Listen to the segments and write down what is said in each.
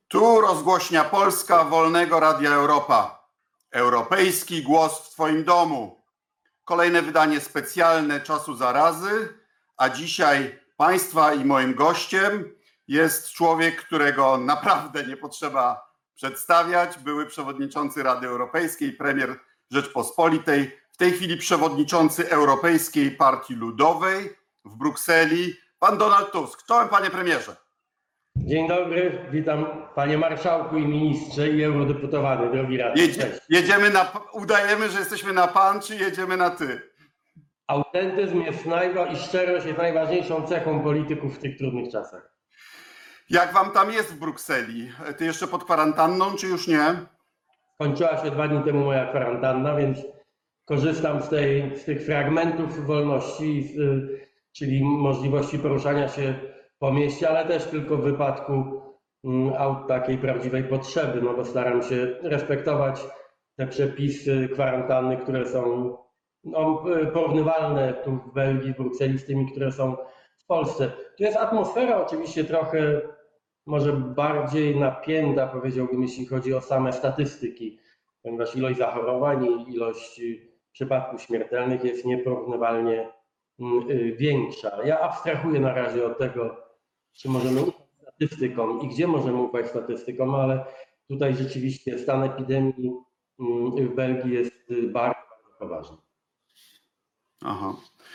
Tu rozgłośnia Polska Wolnego Radia Europa. Europejski głos w Twoim domu. Kolejne wydanie specjalne Czasu Zarazy, a dzisiaj Państwa i moim gościem jest człowiek, którego naprawdę nie potrzeba przedstawiać. Były przewodniczący Rady Europejskiej, premier Rzeczpospolitej, w tej chwili przewodniczący Europejskiej Partii Ludowej w Brukseli, pan Donald Tusk. Czołem, panie premierze. Dzień dobry, witam panie marszałku i ministrze i eurodeputowany, drogi radny. Jedziemy udajemy, że jesteśmy na pan, czy jedziemy na ty? Autentyzm jest i szczerość jest najważniejszą cechą polityków w tych trudnych czasach. Jak wam tam jest w Brukseli? Ty jeszcze pod kwarantanną, czy już nie? Kończyła się 2 dni temu moja kwarantanna, więc korzystam z tych fragmentów wolności, czyli możliwości poruszania się po mieście, ale też tylko w wypadku takiej prawdziwej potrzeby, no bo staram się respektować te przepisy kwarantanny, które są porównywalne tu w Belgii, w Brukseli z tymi, które są w Polsce. Tu jest atmosfera oczywiście trochę może bardziej napięta, powiedziałbym, jeśli chodzi o same statystyki, ponieważ ilość zachorowań i ilość przypadków śmiertelnych jest nieporównywalnie większa. Ja abstrahuję na razie od tego, czy możemy ufać statystykom i gdzie możemy ufać statystykom, ale tutaj rzeczywiście stan epidemii w Belgii jest bardzo, bardzo poważny. Aha.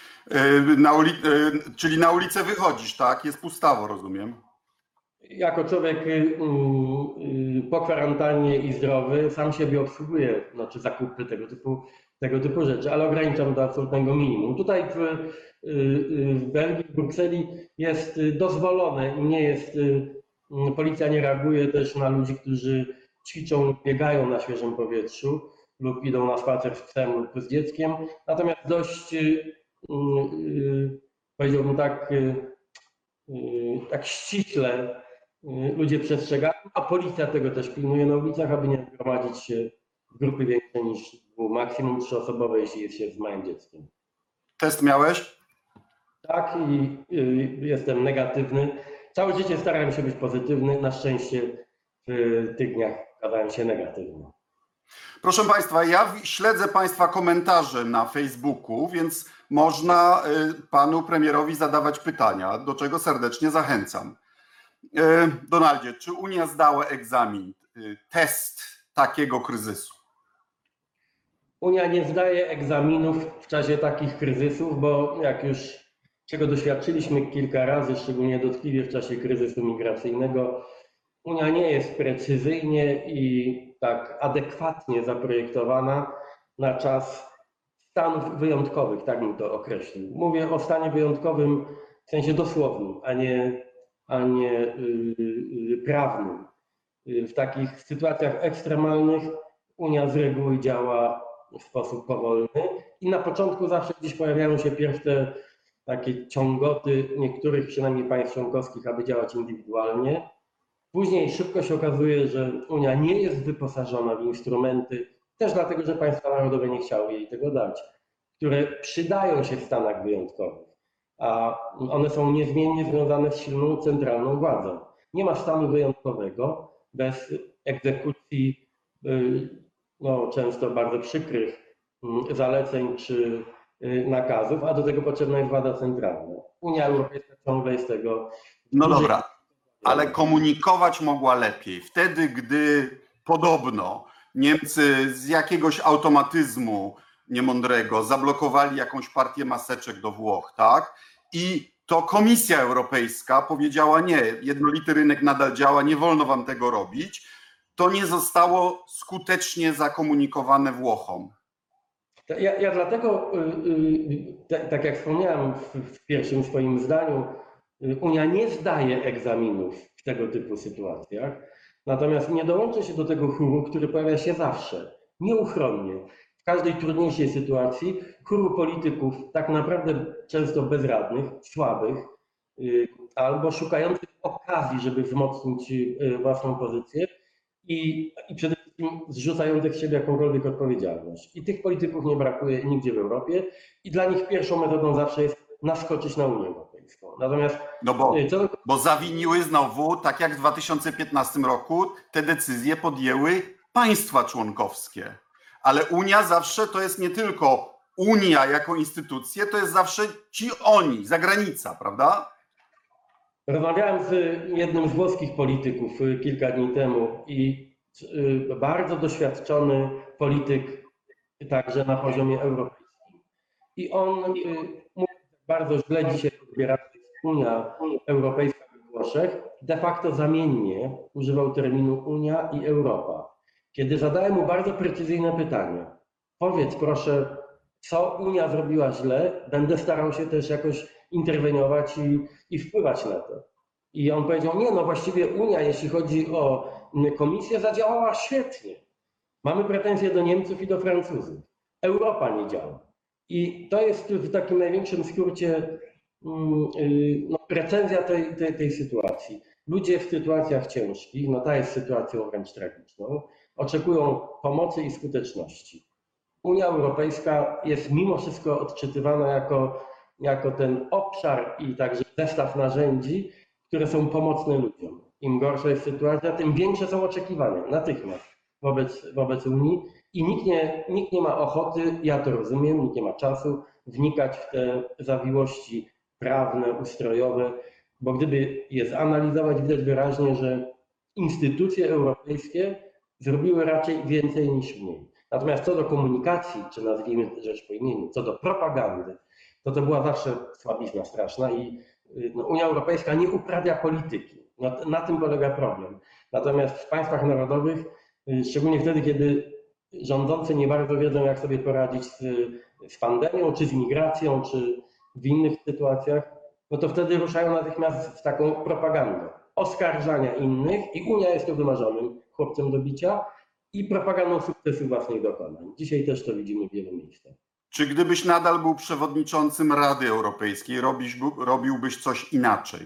Czyli na ulicę wychodzisz, tak? Jest pustawo, rozumiem. Jako człowiek po kwarantannie i zdrowy sam siebie obsługuję, znaczy zakupy tego typu rzeczy, ale ograniczam do absolutnego minimum. Tutaj w Belgii, w Brukseli jest dozwolone i nie jest, policja nie reaguje też na ludzi, którzy ćwiczą lub biegają na świeżym powietrzu lub idą na spacer z psem lub z dzieckiem. Natomiast dość, powiedziałbym tak ściśle ludzie przestrzegają, a policja tego też pilnuje na ulicach, aby nie gromadzić się w grupy większe niż maksimum 3-osobowe, jeśli jest się z małym dzieckiem. Test miałeś? Tak, i jestem negatywny. Całe życie starałem się być pozytywny. Na szczęście w tych dniach okazałem się negatywny. Proszę Państwa, ja śledzę Państwa komentarze na Facebooku, więc można panu premierowi zadawać pytania, do czego serdecznie zachęcam. Donaldzie, czy Unia zdała egzamin, test takiego kryzysu? Unia nie zdaje egzaminów w czasie takich kryzysów, bo jak już czego doświadczyliśmy kilka razy, szczególnie dotkliwie w czasie kryzysu migracyjnego, Unia nie jest precyzyjnie i tak adekwatnie zaprojektowana na czas stanów wyjątkowych, tak bym to określił. Mówię o stanie wyjątkowym w sensie dosłownym, a nie prawnym. W takich sytuacjach ekstremalnych Unia z reguły działa w sposób powolny i na początku zawsze gdzieś pojawiają się pierwsze takie ciągoty niektórych przynajmniej państw członkowskich, aby działać indywidualnie. Później szybko się okazuje, że Unia nie jest wyposażona w instrumenty, też dlatego, że państwa narodowe nie chciały jej tego dać, które przydają się w stanach wyjątkowych, a one są niezmiennie związane z silną centralną władzą. Nie ma stanu wyjątkowego bez egzekucji często bardzo przykrych zaleceń czy nakazów, a do tego potrzebna jest władza centralna. Unia Europejska ciągle jest tego... No dobra, ale komunikować mogła lepiej. Wtedy, gdy podobno Niemcy z jakiegoś automatyzmu niemądrego zablokowali jakąś partię maseczek do Włoch, tak? I to Komisja Europejska powiedziała nie, jednolity rynek nadal działa, nie wolno wam tego robić. To nie zostało skutecznie zakomunikowane Włochom. Ja dlatego, tak jak wspomniałem w pierwszym swoim zdaniu, Unia nie zdaje egzaminów w tego typu sytuacjach, natomiast nie dołączy się do tego chóru, który pojawia się zawsze, nieuchronnie. W każdej trudniejszej sytuacji chóru polityków tak naprawdę często bezradnych, słabych albo szukających okazji, żeby wzmocnić własną pozycję i przede wszystkim zrzucających z siebie jakąkolwiek odpowiedzialność. I tych polityków nie brakuje nigdzie w Europie i dla nich pierwszą metodą zawsze jest naskoczyć na Unię Europejską. Europejską. Natomiast No bo zawiniły znowu, tak jak w 2015 roku, te decyzje podjęły państwa członkowskie. Ale Unia zawsze to jest nie tylko Unia jako instytucje, to jest zawsze ci oni, zagranica, prawda? rozmawiałem z jednym z włoskich polityków kilka dni temu i bardzo doświadczony polityk także na poziomie europejskim. I on mówi, bardzo źle dzisiaj odbiera Unia Europejska we Włoszech, de facto zamiennie używał terminu Unia i Europa. Kiedy zadałem mu bardzo precyzyjne pytanie, powiedz proszę, co Unia zrobiła źle, będę starał się też jakoś interweniować i wpływać na to. I on powiedział, nie, no właściwie Unia, jeśli chodzi o Komisję, zadziałała świetnie. Mamy pretensje do Niemców i do Francuzów. Europa nie działa. I to jest w takim największym skrócie recenzja tej sytuacji. Ludzie w sytuacjach ciężkich, no ta jest sytuacją wręcz tragiczną, oczekują pomocy i skuteczności. Unia Europejska jest mimo wszystko odczytywana jako ten obszar i także zestaw narzędzi, które są pomocne ludziom. Im gorsza jest sytuacja, tym większe są oczekiwania natychmiast wobec Unii i nikt nie ma ochoty, ja to rozumiem, nikt nie ma czasu wnikać w te zawiłości prawne, ustrojowe, bo gdyby je zanalizować, widać wyraźnie, że instytucje europejskie zrobiły raczej więcej niż mniej. Natomiast co do komunikacji, czy nazwijmy rzecz po imieniu, co do propagandy, to była zawsze słabizna straszna i Unia Europejska nie uprawia polityki. Na tym polega problem. Natomiast w państwach narodowych, szczególnie wtedy, kiedy rządzący nie bardzo wiedzą, jak sobie poradzić z pandemią, czy z migracją, czy w innych sytuacjach, no to wtedy ruszają natychmiast w taką propagandę oskarżania innych i Unia jest tu wymarzonym chłopcem do bicia i propagandą sukcesu własnych dokonań. Dzisiaj też to widzimy w wielu miejscach. Czy gdybyś nadal był przewodniczącym Rady Europejskiej, robiłbyś coś inaczej?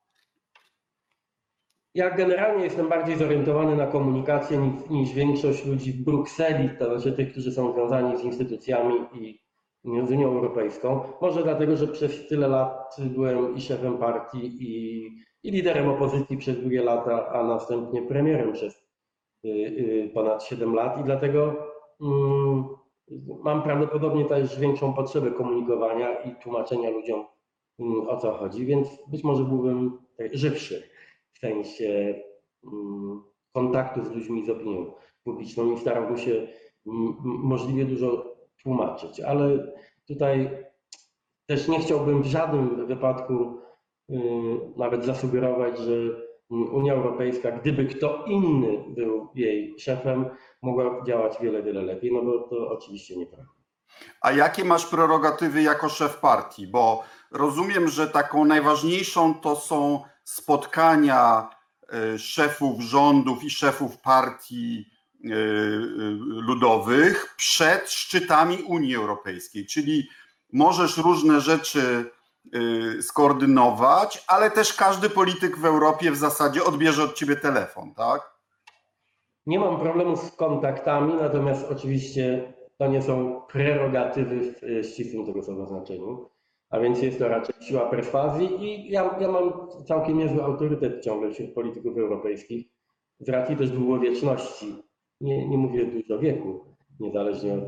Ja generalnie jestem bardziej zorientowany na komunikację niż większość ludzi w Brukseli, to znaczy tych, którzy są związani z instytucjami i z Unią Europejską. Może dlatego, że przez tyle lat byłem i szefem partii, i liderem opozycji przez długie lata, a następnie premierem przez ponad 7 lat i dlatego mam prawdopodobnie też większą potrzebę komunikowania i tłumaczenia ludziom, o co chodzi, więc być może byłbym żywszy w sensie kontaktu z ludźmi, z opinią publiczną i starałbym się możliwie dużo tłumaczyć, ale tutaj też nie chciałbym w żadnym wypadku nawet zasugerować, że Unia Europejska, gdyby kto inny był jej szefem, mogła działać wiele, wiele lepiej, no bo to oczywiście nieprawda. A jakie masz prerogatywy jako szef partii? Bo rozumiem, że taką najważniejszą to są spotkania szefów rządów i szefów partii ludowych przed szczytami Unii Europejskiej, czyli możesz różne rzeczy skoordynować, ale też każdy polityk w Europie w zasadzie odbierze od ciebie telefon, tak? Nie mam problemu z kontaktami, natomiast oczywiście to nie są prerogatywy w ścisłym tego słowa znaczeniu, a więc jest to raczej siła perswazji i ja mam całkiem niezły autorytet ciągle wśród polityków europejskich z racji też długowieczności. Nie mówię dużo wieku, niezależnie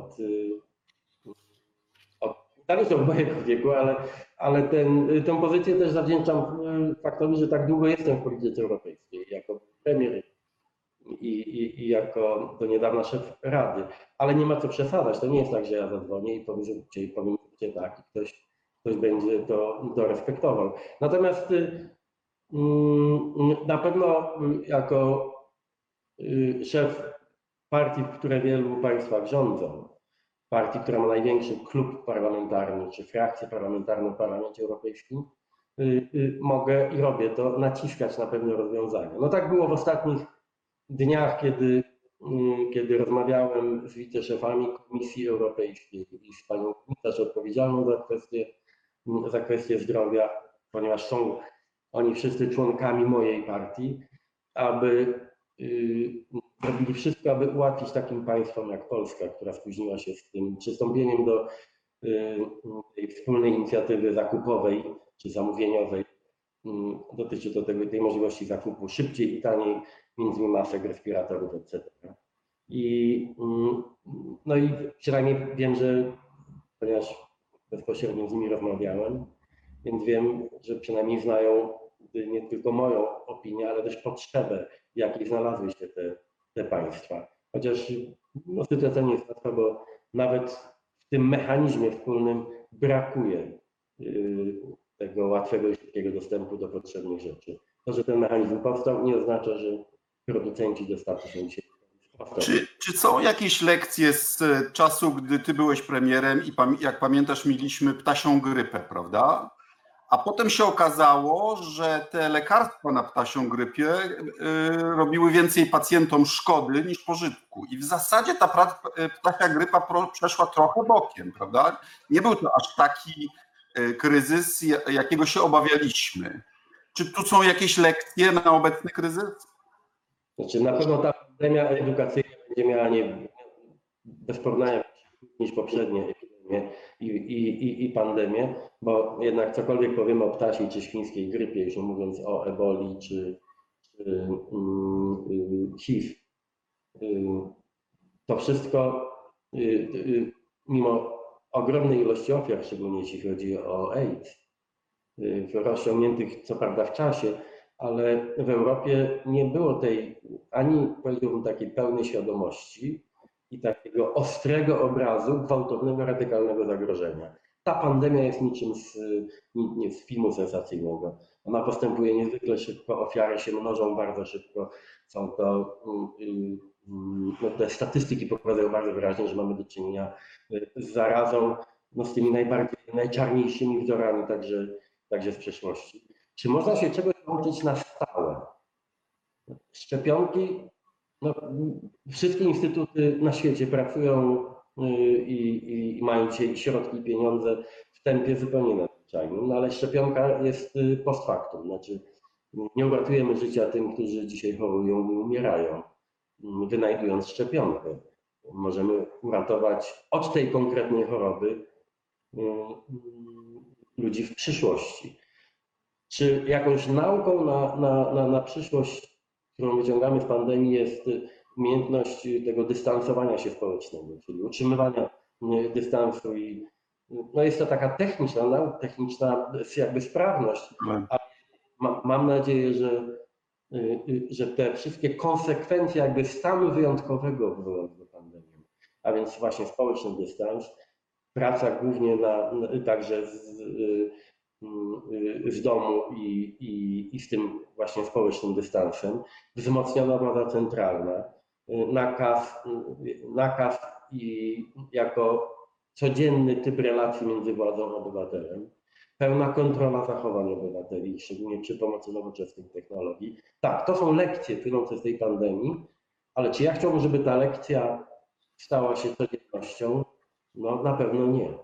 zależy od mojego wieku, ale tę pozycję też zawdzięczam faktowi, że tak długo jestem w polityce europejskiej jako premier i jako do niedawna szef Rady. Ale nie ma co przesadzać. To nie jest tak, że ja zadzwonię i powiem, że tak, i ktoś będzie to respektował. Natomiast na pewno jako szef partii, które w wielu państwach rządzą, partii, która ma największy klub parlamentarny czy frakcję parlamentarną w Parlamencie Europejskim, mogę i robię to, naciskać na pewne rozwiązania. No tak było w ostatnich dniach, kiedy rozmawiałem z wiceszefami Komisji Europejskiej i z panią komisarz odpowiedzialną za kwestie zdrowia, ponieważ są oni wszyscy członkami mojej partii, aby robili wszystko, aby ułatwić takim państwom jak Polska, która spóźniła się z tym przystąpieniem do tej wspólnej inicjatywy zakupowej, czy zamówieniowej. Dotyczy to tej możliwości zakupu szybciej i taniej, między innymi masek, respiratorów, etc. No i przynajmniej wiem, że ponieważ bezpośrednio z nimi rozmawiałem, więc wiem, że przynajmniej znają nie tylko moją opinię, ale też potrzebę, w jakiej znalazły się te państwa. Chociaż no, sytuacja nie jest łatwa, bo nawet w tym mechanizmie wspólnym brakuje tego łatwego i szybkiego dostępu do potrzebnych rzeczy. To, że ten mechanizm powstał, nie oznacza, że producenci dostawcy są dzisiaj Czy są jakieś lekcje z czasu, gdy ty byłeś premierem i jak pamiętasz, mieliśmy ptasią grypę, prawda? A potem się okazało, że te lekarstwa na ptasią grypę robiły więcej pacjentom szkody niż pożytku. I w zasadzie ta ptasia grypa przeszła trochę bokiem, prawda? Nie był to aż taki kryzys, jakiego się obawialiśmy. Czy tu są jakieś lekcje na obecny kryzys? Znaczy, na pewno ta pandemia edukacyjna będzie miała bez porównania niż poprzednie epidemie i pandemie, bo jednak cokolwiek powiemy o ptasiej czy świńskiej grypie, już nie mówiąc o eboli czy HIV, to wszystko mimo ogromnej ilości ofiar, szczególnie jeśli chodzi o AIDS, rozciągniętych co prawda w czasie, ale w Europie nie było tej, ani powiedziałbym takiej pełnej świadomości i takiego ostrego obrazu gwałtownego, radykalnego zagrożenia. Ta pandemia jest niczym z filmu sensacyjnego. Ona postępuje niezwykle szybko, ofiary się mnożą bardzo szybko. Są to, no te statystyki pokazują bardzo wyraźnie, że mamy do czynienia z zarazą, no z tymi najczarniejszymi wzorami także z przeszłości. Czy można się czegoś nauczyć na stałe? Szczepionki, no, wszystkie instytuty na świecie pracują i mają dzisiaj środki i pieniądze w tempie zupełnie nadzwyczajnym, no ale szczepionka jest post factum, znaczy nie uratujemy życia tym, którzy dzisiaj chorują i umierają, wynajdując szczepionkę. Możemy uratować od tej konkretnej choroby ludzi w przyszłości. Czy jakąś nauką na przyszłość, którą wyciągamy z pandemii, jest umiejętność tego dystansowania się społecznego, czyli utrzymywania dystansu i no jest to taka techniczna jakby sprawność, ale mam nadzieję, że te wszystkie konsekwencje jakby stanu wyjątkowego wywołanego pandemią, a więc właśnie społeczny dystans, praca głównie także z domu i z tym właśnie społecznym dystansem, wzmocniona władza centralna, nakaz i jako codzienny typ relacji między władzą a obywatelem, pełna kontrola zachowań obywateli, szczególnie przy pomocy nowoczesnych technologii. Tak, to są lekcje płynące z tej pandemii, ale czy ja chciałbym, żeby ta lekcja stała się codziennością? No na pewno nie.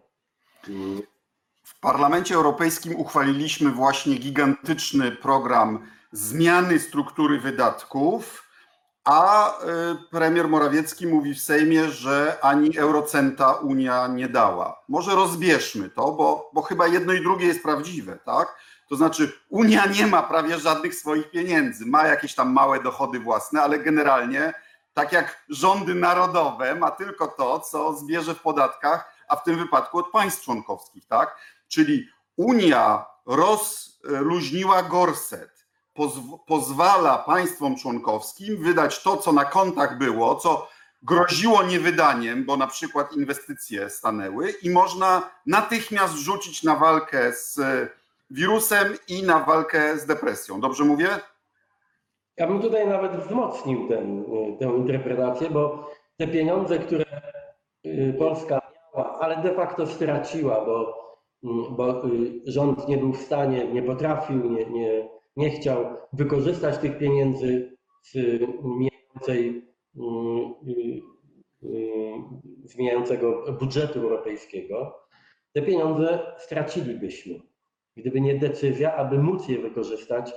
W Parlamencie Europejskim uchwaliliśmy właśnie gigantyczny program zmiany struktury wydatków, a premier Morawiecki mówi w Sejmie, że ani eurocenta Unia nie dała. Może rozbierzmy to, bo chyba jedno i drugie jest prawdziwe, tak? To znaczy Unia nie ma prawie żadnych swoich pieniędzy, ma jakieś tam małe dochody własne, ale generalnie, tak jak rządy narodowe, ma tylko to, co zbierze w podatkach, a w tym wypadku od państw członkowskich, tak? Czyli Unia rozluźniła gorset, pozwala państwom członkowskim wydać to, co na kontach było, co groziło niewydaniem, bo na przykład inwestycje stanęły i można natychmiast rzucić na walkę z wirusem i na walkę z depresją. Dobrze mówię? Ja bym tutaj nawet wzmocnił tę interpretację, bo te pieniądze, które Polska miała, ale de facto straciła, bo rząd nie był w stanie, nie potrafił, nie chciał wykorzystać tych pieniędzy zmieniającego budżetu europejskiego, te pieniądze stracilibyśmy, gdyby nie decyzja, aby móc je wykorzystać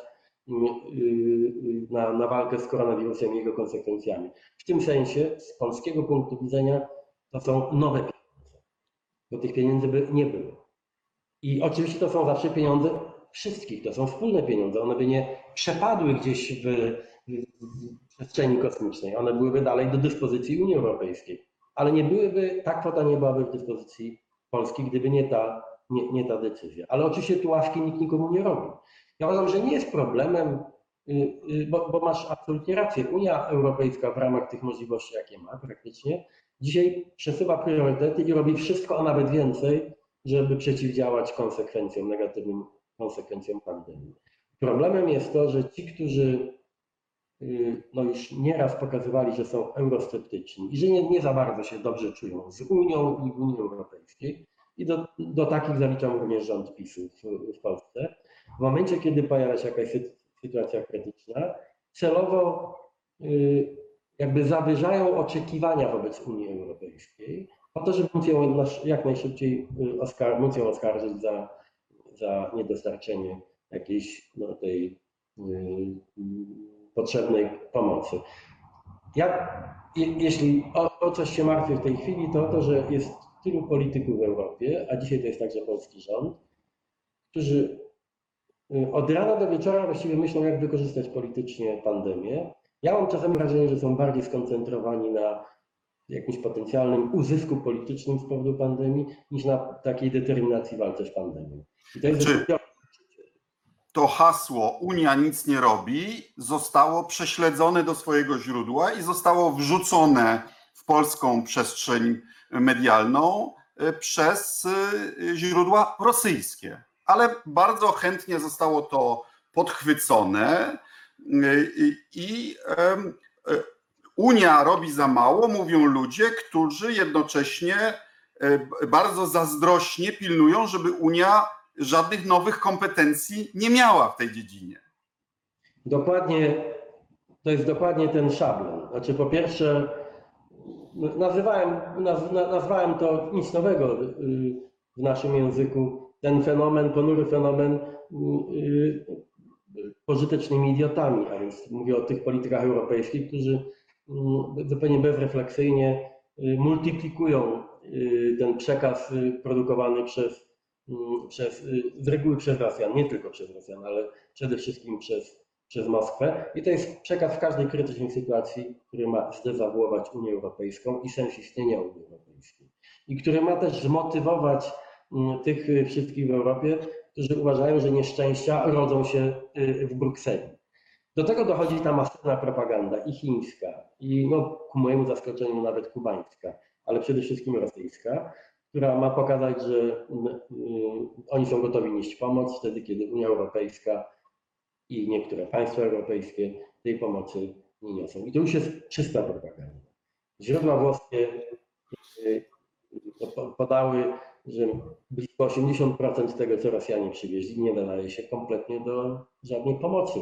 na walkę z koronawirusem i jego konsekwencjami. W tym sensie, z polskiego punktu widzenia, to są nowe pieniądze, bo tych pieniędzy by nie było. I oczywiście to są zawsze pieniądze wszystkich, to są wspólne pieniądze, one by nie przepadły gdzieś w przestrzeni kosmicznej, one byłyby dalej do dyspozycji Unii Europejskiej, ale nie byłyby, ta kwota nie byłaby w dyspozycji Polski, gdyby nie ta decyzja. Ale oczywiście tu ławki nikt nikomu nie robi. Ja uważam, że nie jest problemem, bo masz absolutnie rację, Unia Europejska w ramach tych możliwości, jakie ma praktycznie, dzisiaj przesuwa priorytety i robi wszystko, a nawet więcej, żeby przeciwdziałać negatywnym konsekwencjom pandemii. Problemem jest to, że ci, którzy no już nieraz pokazywali, że są eurosceptyczni i że nie za bardzo się dobrze czują z Unią i w Unii Europejskiej, i do takich zaliczam również rząd PiS-u w Polsce, w momencie, kiedy pojawia się jakaś sytuacja krytyczna, celowo jakby zawyżają oczekiwania wobec Unii Europejskiej, po to, żeby móc ją jak najszybciej oskarżyć za niedostarczenie jakiejś tej potrzebnej pomocy. Jeśli o coś się martwię w tej chwili, to o to, że jest tylu polityków w Europie, a dzisiaj to jest także polski rząd, którzy od rana do wieczora właściwie myślą, jak wykorzystać politycznie pandemię. Ja mam czasem wrażenie, że są bardziej skoncentrowani na jakimś potencjalnym uzysku politycznym z powodu pandemii, niż na takiej determinacji walce z pandemią. I to jest to hasło Unia nic nie robi zostało prześledzone do swojego źródła i zostało wrzucone w polską przestrzeń medialną przez źródła rosyjskie. Ale bardzo chętnie zostało to podchwycone i Unia robi za mało, mówią ludzie, którzy jednocześnie bardzo zazdrośnie pilnują, żeby Unia żadnych nowych kompetencji nie miała w tej dziedzinie. Dokładnie, to jest dokładnie ten szablon. Znaczy, po pierwsze, nazwałem to nic nowego w naszym języku, ten fenomen, ponury fenomen pożytecznymi idiotami, a więc mówię o tych politykach europejskich, którzy zupełnie bezrefleksyjnie multiplikują ten przekaz produkowany z reguły przez Rosjan, nie tylko przez Rosjan, ale przede wszystkim przez Moskwę. I to jest przekaz w każdej krytycznej sytuacji, który ma zdezawuować Unię Europejską i sens istnienia Unii Europejskiej. I który ma też zmotywować tych wszystkich w Europie, którzy uważają, że nieszczęścia rodzą się w Brukseli. Do tego dochodzi ta masywna propaganda i chińska, i ku mojemu zaskoczeniu nawet kubańska, ale przede wszystkim rosyjska, która ma pokazać, że oni są gotowi nieść pomoc wtedy, kiedy Unia Europejska i niektóre państwa europejskie tej pomocy nie niosą. I to już jest czysta propaganda. Źródła włoskie podały, że blisko 80% tego, co Rosjanie przywieźli, nie nadaje się kompletnie do żadnej pomocy.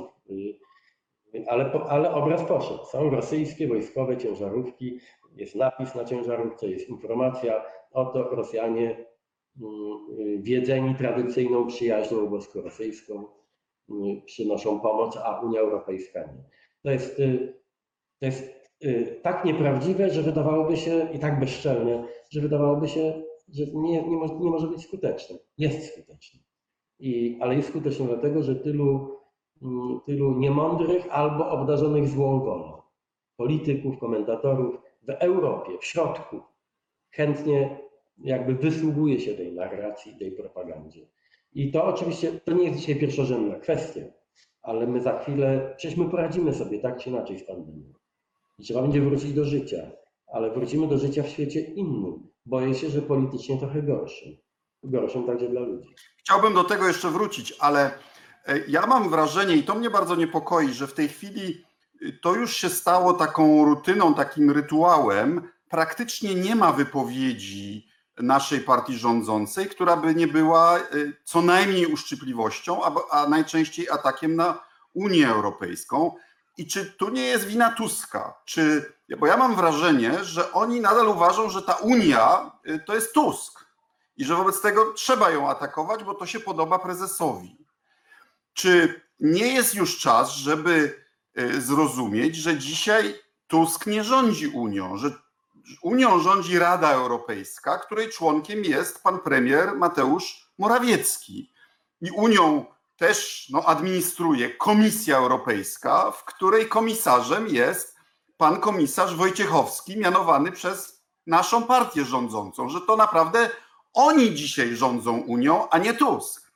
Ale obraz poszedł. Są rosyjskie wojskowe ciężarówki, jest napis na ciężarówce, jest informacja, oto Rosjanie wiedzeni tradycyjną przyjaźnią włosko-rosyjską przynoszą pomoc, a Unia Europejska nie. To jest tak nieprawdziwe, że wydawałoby się, i tak bezczelne, że wydawałoby się, że nie może być skuteczne. Jest skuteczne. Ale jest skuteczne dlatego, że tylu niemądrych albo obdarzonych złą wolą polityków, komentatorów w Europie, w środku, chętnie jakby wysługuje się tej narracji, tej propagandzie. I to oczywiście, to nie jest dzisiaj pierwszorzędna kwestia, ale my za chwilę, przecież my poradzimy sobie tak czy inaczej z pandemią. I trzeba będzie wrócić do życia, ale wrócimy do życia w świecie innym. Boję się, że politycznie trochę gorszym. Gorszym także dla ludzi. Chciałbym do tego jeszcze wrócić, ale ja mam wrażenie, i to mnie bardzo niepokoi, że w tej chwili to już się stało taką rutyną, takim rytuałem. Praktycznie nie ma wypowiedzi naszej partii rządzącej, która by nie była co najmniej uszczypliwością, a najczęściej atakiem na Unię Europejską. I czy tu nie jest wina Tuska? Bo ja mam wrażenie, że oni nadal uważają, że ta Unia to jest Tusk i że wobec tego trzeba ją atakować, bo to się podoba prezesowi. Czy nie jest już czas, żeby zrozumieć, że dzisiaj Tusk nie rządzi Unią, że Unią rządzi Rada Europejska, której członkiem jest pan premier Mateusz Morawiecki. I Unią też administruje Komisja Europejska, w której komisarzem jest pan komisarz Wojciechowski, mianowany przez naszą partię rządzącą, że to naprawdę oni dzisiaj rządzą Unią, a nie Tusk.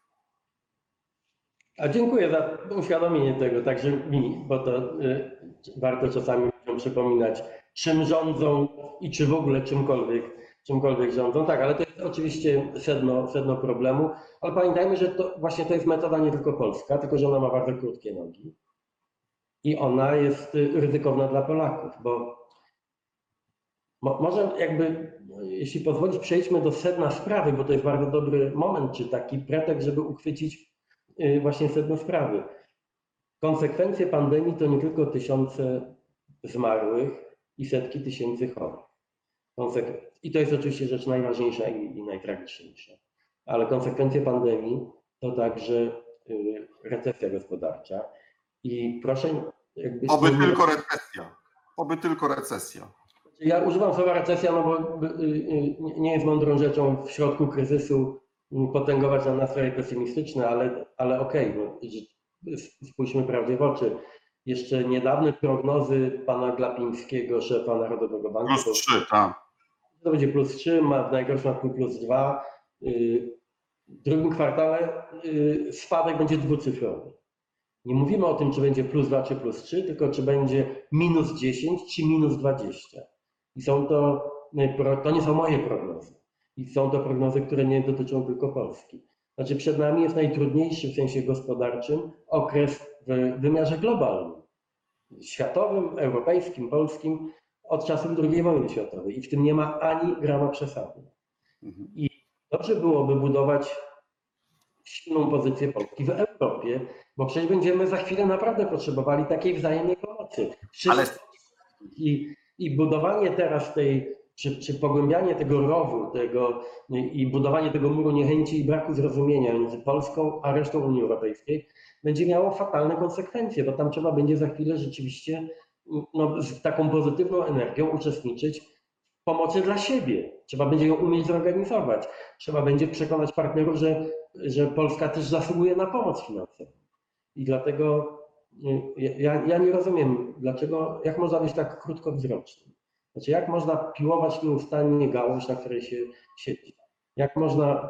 A dziękuję za uświadomienie tego, także mi, bo to warto czasami ludziom przypominać, czym rządzą i czy w ogóle czymkolwiek rządzą. Tak, ale to jest oczywiście sedno problemu, ale pamiętajmy, że to jest metoda nie tylko polska, tylko że ona ma bardzo krótkie nogi i ona jest ryzykowna dla Polaków, bo może jeśli pozwolić, przejdźmy do sedna sprawy, bo to jest bardzo dobry moment, czy taki pretekst, żeby uchwycić właśnie sedno sprawy. Konsekwencje pandemii to nie tylko tysiące zmarłych i setki tysięcy chorych. I to jest oczywiście rzecz najważniejsza i najtragiczniejsza. Ale konsekwencje pandemii to także recesja gospodarcza. I proszę Oby tylko recesja. Oby tylko recesja. Ja używam słowa recesja, no bo nie jest mądrą rzeczą w środku kryzysu potęgować na nastroje pesymistyczne, ale okej, spójrzmy prawdzie w oczy. Jeszcze niedawne prognozy pana Glapińskiego, szefa Narodowego Banku. +3, tak. To będzie +3, w najgorszym wypadku +2. W drugim kwartale spadek będzie dwucyfrowy. Nie mówimy o tym, czy będzie +2 czy +3, tylko czy będzie -10 czy -20. I to nie są moje prognozy. I są to prognozy, które nie dotyczą tylko Polski. Znaczy przed nami jest najtrudniejszy w sensie gospodarczym okres w wymiarze globalnym. Światowym, europejskim, polskim od czasów II wojny światowej. I w tym nie ma ani grama przesady. I dobrze byłoby budować silną pozycję Polski w Europie, bo przecież będziemy za chwilę naprawdę potrzebowali takiej wzajemnej pomocy. I budowanie teraz czy pogłębianie tego rowu, i budowanie tego muru niechęci i braku zrozumienia między Polską a resztą Unii Europejskiej będzie miało fatalne konsekwencje, bo tam trzeba będzie za chwilę rzeczywiście z taką pozytywną energią uczestniczyć w pomocy dla siebie. Trzeba będzie ją umieć zorganizować. Trzeba będzie przekonać partnerów, że Polska też zasługuje na pomoc finansową. I dlatego ja nie rozumiem, jak można być tak krótkowzrocznym. Znaczy, jak można piłować nieustannie gałąź, na której się siedzi? Jak można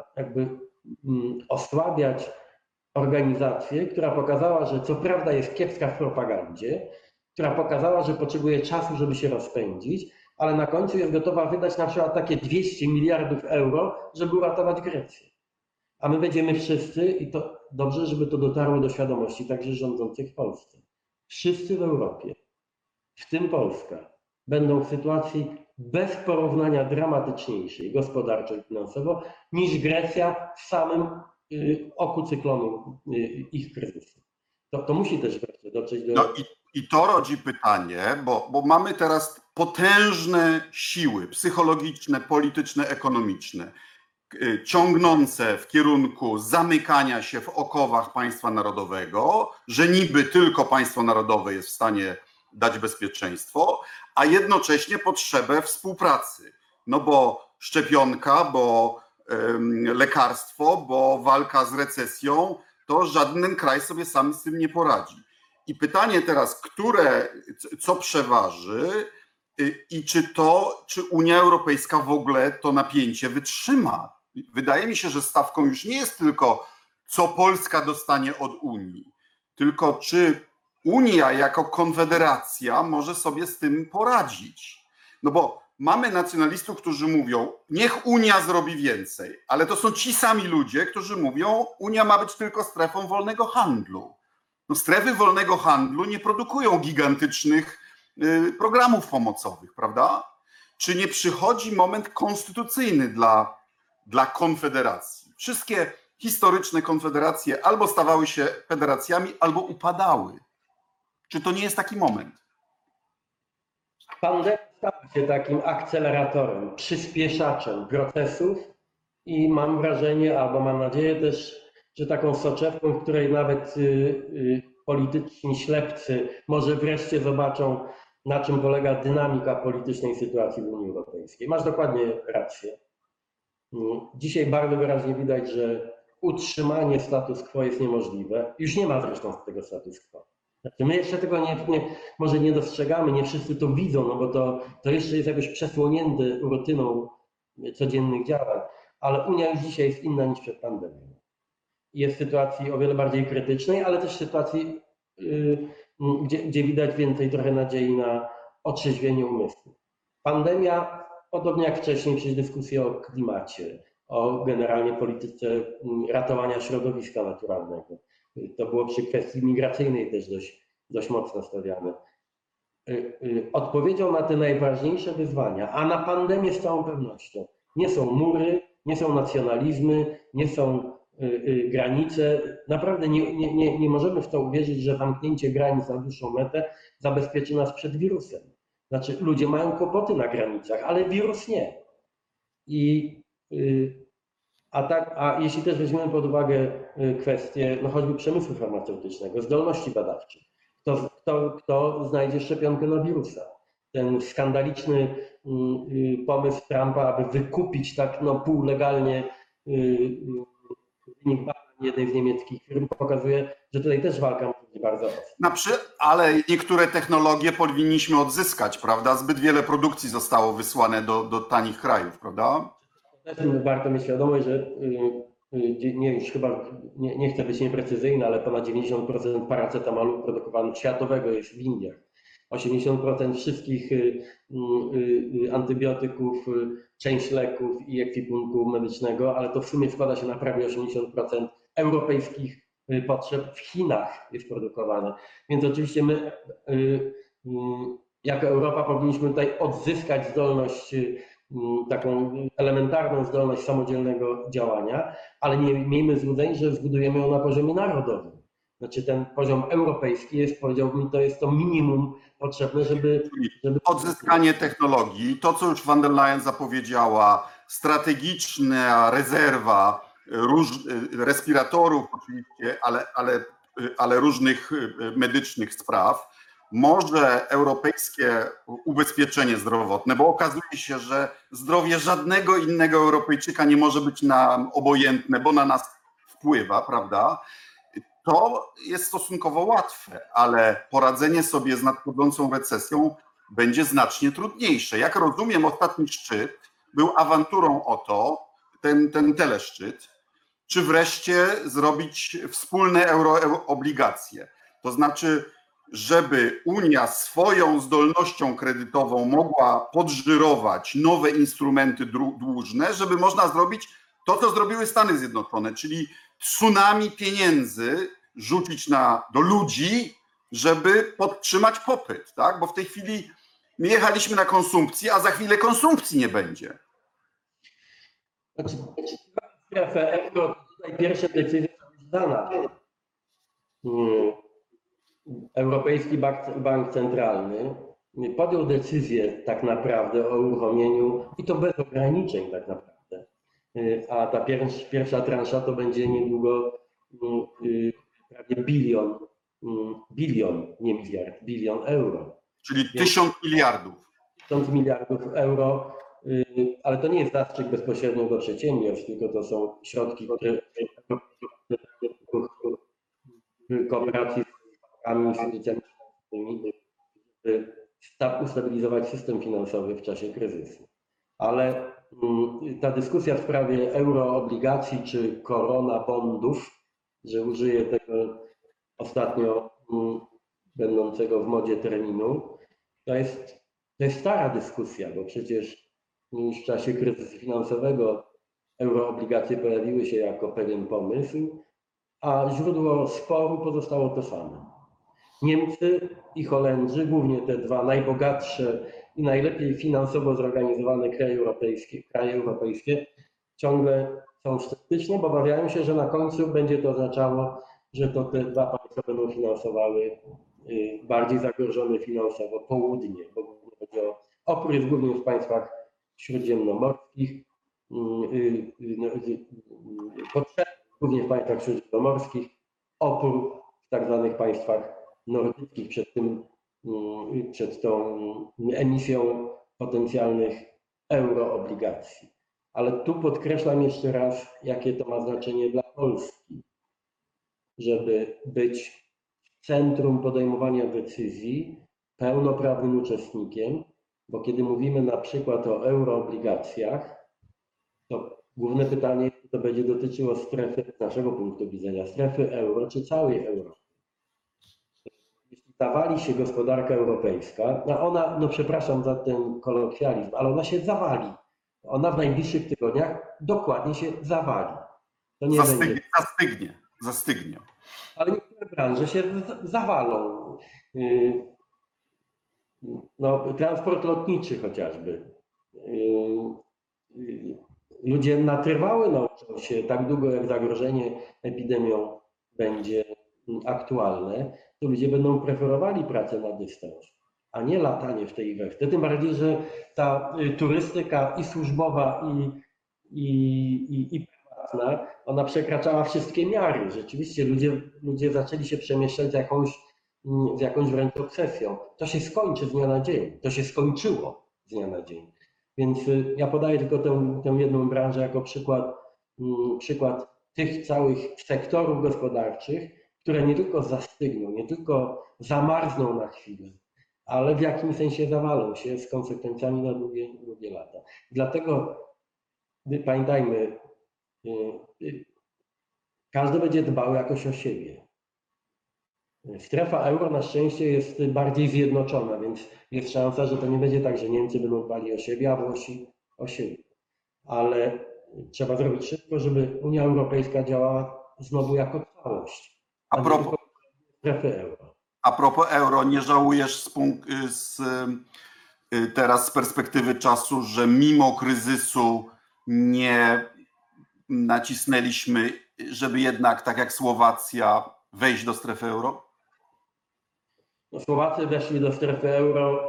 osłabiać organizację, która pokazała, że co prawda jest kiepska w propagandzie, która pokazała, że potrzebuje czasu, żeby się rozpędzić, ale na końcu jest gotowa wydać na przykład takie 200 miliardów euro, żeby uratować Grecję. A my będziemy wszyscy, i to dobrze, żeby to dotarło do świadomości także rządzących w Polsce. Wszyscy w Europie, w tym Polska, będą w sytuacji bez porównania dramatyczniejszej gospodarczo i finansowo niż Grecja w samym oku cyklonu ich kryzysu. To musi też wreszcie dotrzeć do... I to rodzi pytanie, bo mamy teraz potężne siły psychologiczne, polityczne, ekonomiczne, ciągnące w kierunku zamykania się w okowach państwa narodowego, że niby tylko państwo narodowe jest w stanie dać bezpieczeństwo, a jednocześnie potrzebę współpracy. No bo szczepionka, bo lekarstwo, bo walka z recesją, to żaden kraj sobie sam z tym nie poradzi. I pytanie teraz, co przeważy i czy Unia Europejska w ogóle to napięcie wytrzyma? Wydaje mi się, że stawką już nie jest tylko, co Polska dostanie od Unii, tylko czy Unia jako konfederacja może sobie z tym poradzić. No bo mamy nacjonalistów, którzy mówią, niech Unia zrobi więcej, ale to są ci sami ludzie, którzy mówią, Unia ma być tylko strefą wolnego handlu. No, strefy wolnego handlu nie produkują gigantycznych programów pomocowych, prawda? Czy nie przychodzi moment konstytucyjny dla konfederacji? Wszystkie historyczne konfederacje albo stawały się federacjami, albo upadały. Czy to nie jest taki moment? Pandemia stała się takim akceleratorem, przyspieszaczem procesów i mam wrażenie, albo mam nadzieję też, że taką soczewką, w której nawet polityczni ślepcy może wreszcie zobaczą, na czym polega dynamika politycznej sytuacji w Unii Europejskiej. Masz dokładnie rację. Dzisiaj bardzo wyraźnie widać, że utrzymanie status quo jest niemożliwe. Już nie ma zresztą tego status quo. Znaczy my jeszcze tego może nie dostrzegamy, nie wszyscy to widzą, no bo to jeszcze jest jakoś przesłonięte rutyną codziennych działań, ale Unia już dzisiaj jest inna niż przed pandemią. Jest w sytuacji o wiele bardziej krytycznej, ale też w sytuacji, gdzie widać więcej trochę nadziei na otrzeźwienie umysłu. Pandemia, podobnie jak wcześniej, przecież dyskusje o klimacie, o generalnie polityce ratowania środowiska naturalnego. To było przy kwestii migracyjnej też dość mocno stawiane. Odpowiedzią na te najważniejsze wyzwania, a na pandemię z całą pewnością, nie są mury, nie są nacjonalizmy, nie są granice. Naprawdę nie możemy w to uwierzyć, że zamknięcie granic na dłuższą metę zabezpieczy nas przed wirusem. Znaczy ludzie mają kłopoty na granicach, ale wirus nie. A jeśli też weźmiemy pod uwagę kwestię no choćby przemysłu farmaceutycznego, zdolności badawczych, kto znajdzie szczepionkę na wirusa? Ten skandaliczny pomysł Trumpa, aby wykupić tak półlegalnie wynik badań jednej z niemieckich firm, pokazuje, że tutaj też walka musi być bardzo ostra. Ale niektóre technologie powinniśmy odzyskać, prawda? Zbyt wiele produkcji zostało wysłane do tanich krajów, prawda? Też warto mieć świadomość, że nie chcę być nieprecyzyjny, ale ponad 90% paracetamolu produkowanego światowego jest w Indiach. 80% wszystkich antybiotyków, część leków i ekwipunku medycznego, ale to w sumie składa się na prawie 80% europejskich potrzeb w Chinach jest produkowane. Więc oczywiście my jako Europa powinniśmy tutaj odzyskać zdolność, taką elementarną zdolność samodzielnego działania, ale nie miejmy złudzeń, że zbudujemy ją na poziomie narodowym. Znaczy ten poziom europejski jest, powiedziałbym, to jest to minimum potrzebne, żeby... Odzyskanie technologii, to co już von der Leyen zapowiedziała, strategiczna rezerwa respiratorów oczywiście, ale różnych medycznych spraw, może europejskie ubezpieczenie zdrowotne, bo okazuje się, że zdrowie żadnego innego Europejczyka nie może być nam obojętne, bo na nas wpływa, prawda? To jest stosunkowo łatwe, ale poradzenie sobie z nadchodzącą recesją będzie znacznie trudniejsze. Jak rozumiem, ostatni szczyt był awanturą o to, ten teleszczyt, czy wreszcie zrobić wspólne euroobligacje. To znaczy, żeby Unia swoją zdolnością kredytową mogła podżyrować nowe instrumenty dłużne, żeby można zrobić to, co zrobiły Stany Zjednoczone, czyli tsunami pieniędzy rzucić do ludzi, żeby podtrzymać popyt, tak? Bo w tej chwili my jechaliśmy na konsumpcję, a za chwilę konsumpcji nie będzie. Znaczy, strefę euro, tutaj pierwsze decyzje są już dane. Europejski Bank Centralny podjął decyzję tak naprawdę o uruchomieniu, i to bez ograniczeń tak naprawdę, a ta pierwsza transza to będzie niedługo prawie bilion, nie miliard, bilion euro. Czyli 1000 miliardów. 1000 miliardów euro, ale to nie jest zastrzyk bezpośrednio do przedsiębiorstw, tylko to są środki, które w kooperacji z bankami, instytucjami finansowymi, żeby ustabilizować system finansowy w czasie kryzysu. Ale ta dyskusja w sprawie euroobligacji czy korona bondów, że użyję tego ostatnio będącego w modzie terminu, to jest stara dyskusja, bo przecież już w czasie kryzysu finansowego euroobligacje pojawiły się jako pewien pomysł, a źródło sporu pozostało to samo. Niemcy i Holendrzy, głównie te dwa najbogatsze i najlepiej finansowo zorganizowane kraje europejskie, ciągle są sceptyczne, bo obawiają się, że na końcu będzie to oznaczało, że to te dwa państwa będą finansowały bardziej zagrożone finansowo południe, bo chodzi o opór jest głównie w państwach śródziemnomorskich, głównie w państwach śródziemnomorskich, opór w tak zwanych państwach nordyckich przed tą emisją potencjalnych euroobligacji. Ale tu podkreślam jeszcze raz, jakie to ma znaczenie dla Polski, żeby być w centrum podejmowania decyzji, pełnoprawnym uczestnikiem, bo kiedy mówimy na przykład o euroobligacjach, to główne pytanie to będzie dotyczyło strefy, z naszego punktu widzenia, strefy euro czy całej Europy. Jeśli zawali się gospodarka europejska, no ona, no przepraszam za ten kolokwializm, ale ona się zawali. Ona w najbliższych tygodniach dokładnie się zawali. To nie będzie. Zastygnie. Ale niektóre branże się zawalą. No, transport lotniczy chociażby. Ludzie na trwały nauczą się, tak długo jak zagrożenie epidemią będzie aktualne, to ludzie będą preferowali pracę na dystans, a nie latanie w tej i we w te. Tym bardziej, że ta turystyka i służbowa, i prywatna, ona przekraczała wszystkie miary. Rzeczywiście ludzie zaczęli się przemieszczać z jakąś wręcz obsesją. To się skończy z dnia na dzień. To się skończyło z dnia na dzień. Więc ja podaję tylko tę jedną branżę jako przykład tych całych sektorów gospodarczych, które nie tylko zastygną, nie tylko zamarzną na chwilę, ale w jakimś sensie zawalą się z konsekwencjami na długie lata. Dlatego pamiętajmy, każdy będzie dbał jakoś o siebie. Strefa euro na szczęście jest bardziej zjednoczona, więc jest szansa, że to nie będzie tak, że Niemcy będą dbali o siebie, a Włosi o siebie. Ale trzeba zrobić wszystko, żeby Unia Europejska działała znowu jako całość, a nie tylko strefy euro. A propos euro, nie żałujesz teraz z perspektywy czasu, że mimo kryzysu nie nacisnęliśmy, żeby jednak, tak jak Słowacja, wejść do strefy euro? No, Słowacy weszli do strefy euro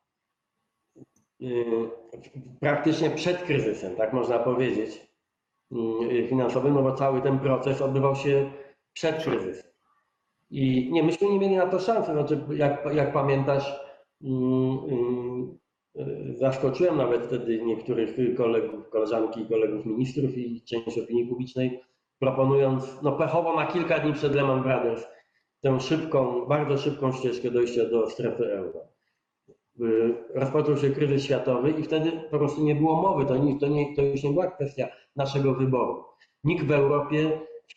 praktycznie przed kryzysem, tak można powiedzieć, finansowym, no bo cały ten proces odbywał się przed kryzysem. I nie, myśmy nie mieli na to szansy. Znaczy, jak pamiętasz, zaskoczyłem nawet wtedy niektórych kolegów, koleżanki i kolegów ministrów i część opinii publicznej, proponując pechowo na kilka dni przed Lehman Brothers tę bardzo szybką ścieżkę dojścia do strefy euro. Rozpoczął się kryzys światowy i wtedy po prostu nie było mowy, to już nie była kwestia naszego wyboru. Nikt w Europie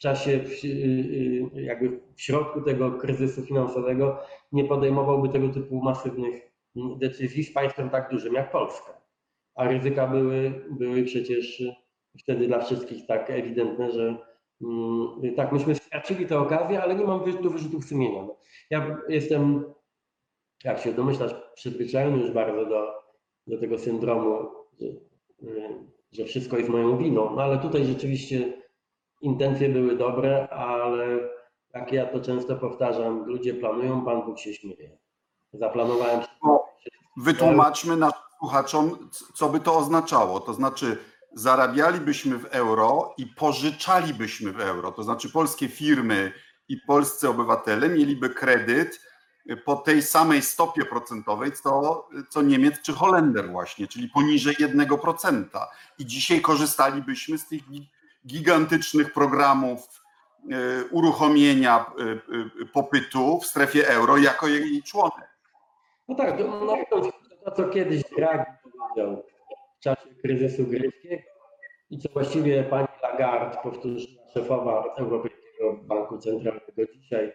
w środku tego kryzysu finansowego nie podejmowałby tego typu masywnych decyzji z państwem tak dużym jak Polska. A ryzyka były przecież wtedy dla wszystkich tak ewidentne, że tak, myśmy stracili tę okazję, ale nie mam tu wyrzutów sumienia. Ja jestem, jak się domyślasz, przyzwyczajony już bardzo do tego syndromu, że wszystko jest moją winą, no ale tutaj rzeczywiście intencje były dobre, ale jak ja to często powtarzam, ludzie planują, Pan Bóg się śmieje. Zaplanowałem. Wytłumaczmy naszym słuchaczom, co by to oznaczało. To znaczy, zarabialibyśmy w euro i pożyczalibyśmy w euro. To znaczy, polskie firmy i polscy obywatele mieliby kredyt po tej samej stopie procentowej, co Niemiec czy Holender właśnie, czyli poniżej 1%. I dzisiaj korzystalibyśmy z tych gigantycznych programów uruchomienia popytu w strefie euro jako jej członek. No tak, to co kiedyś Draghi powiedział w czasie kryzysu greckiego i co właściwie pani Lagarde powtórzyła, szefowa Europejskiego Banku Centralnego dzisiaj,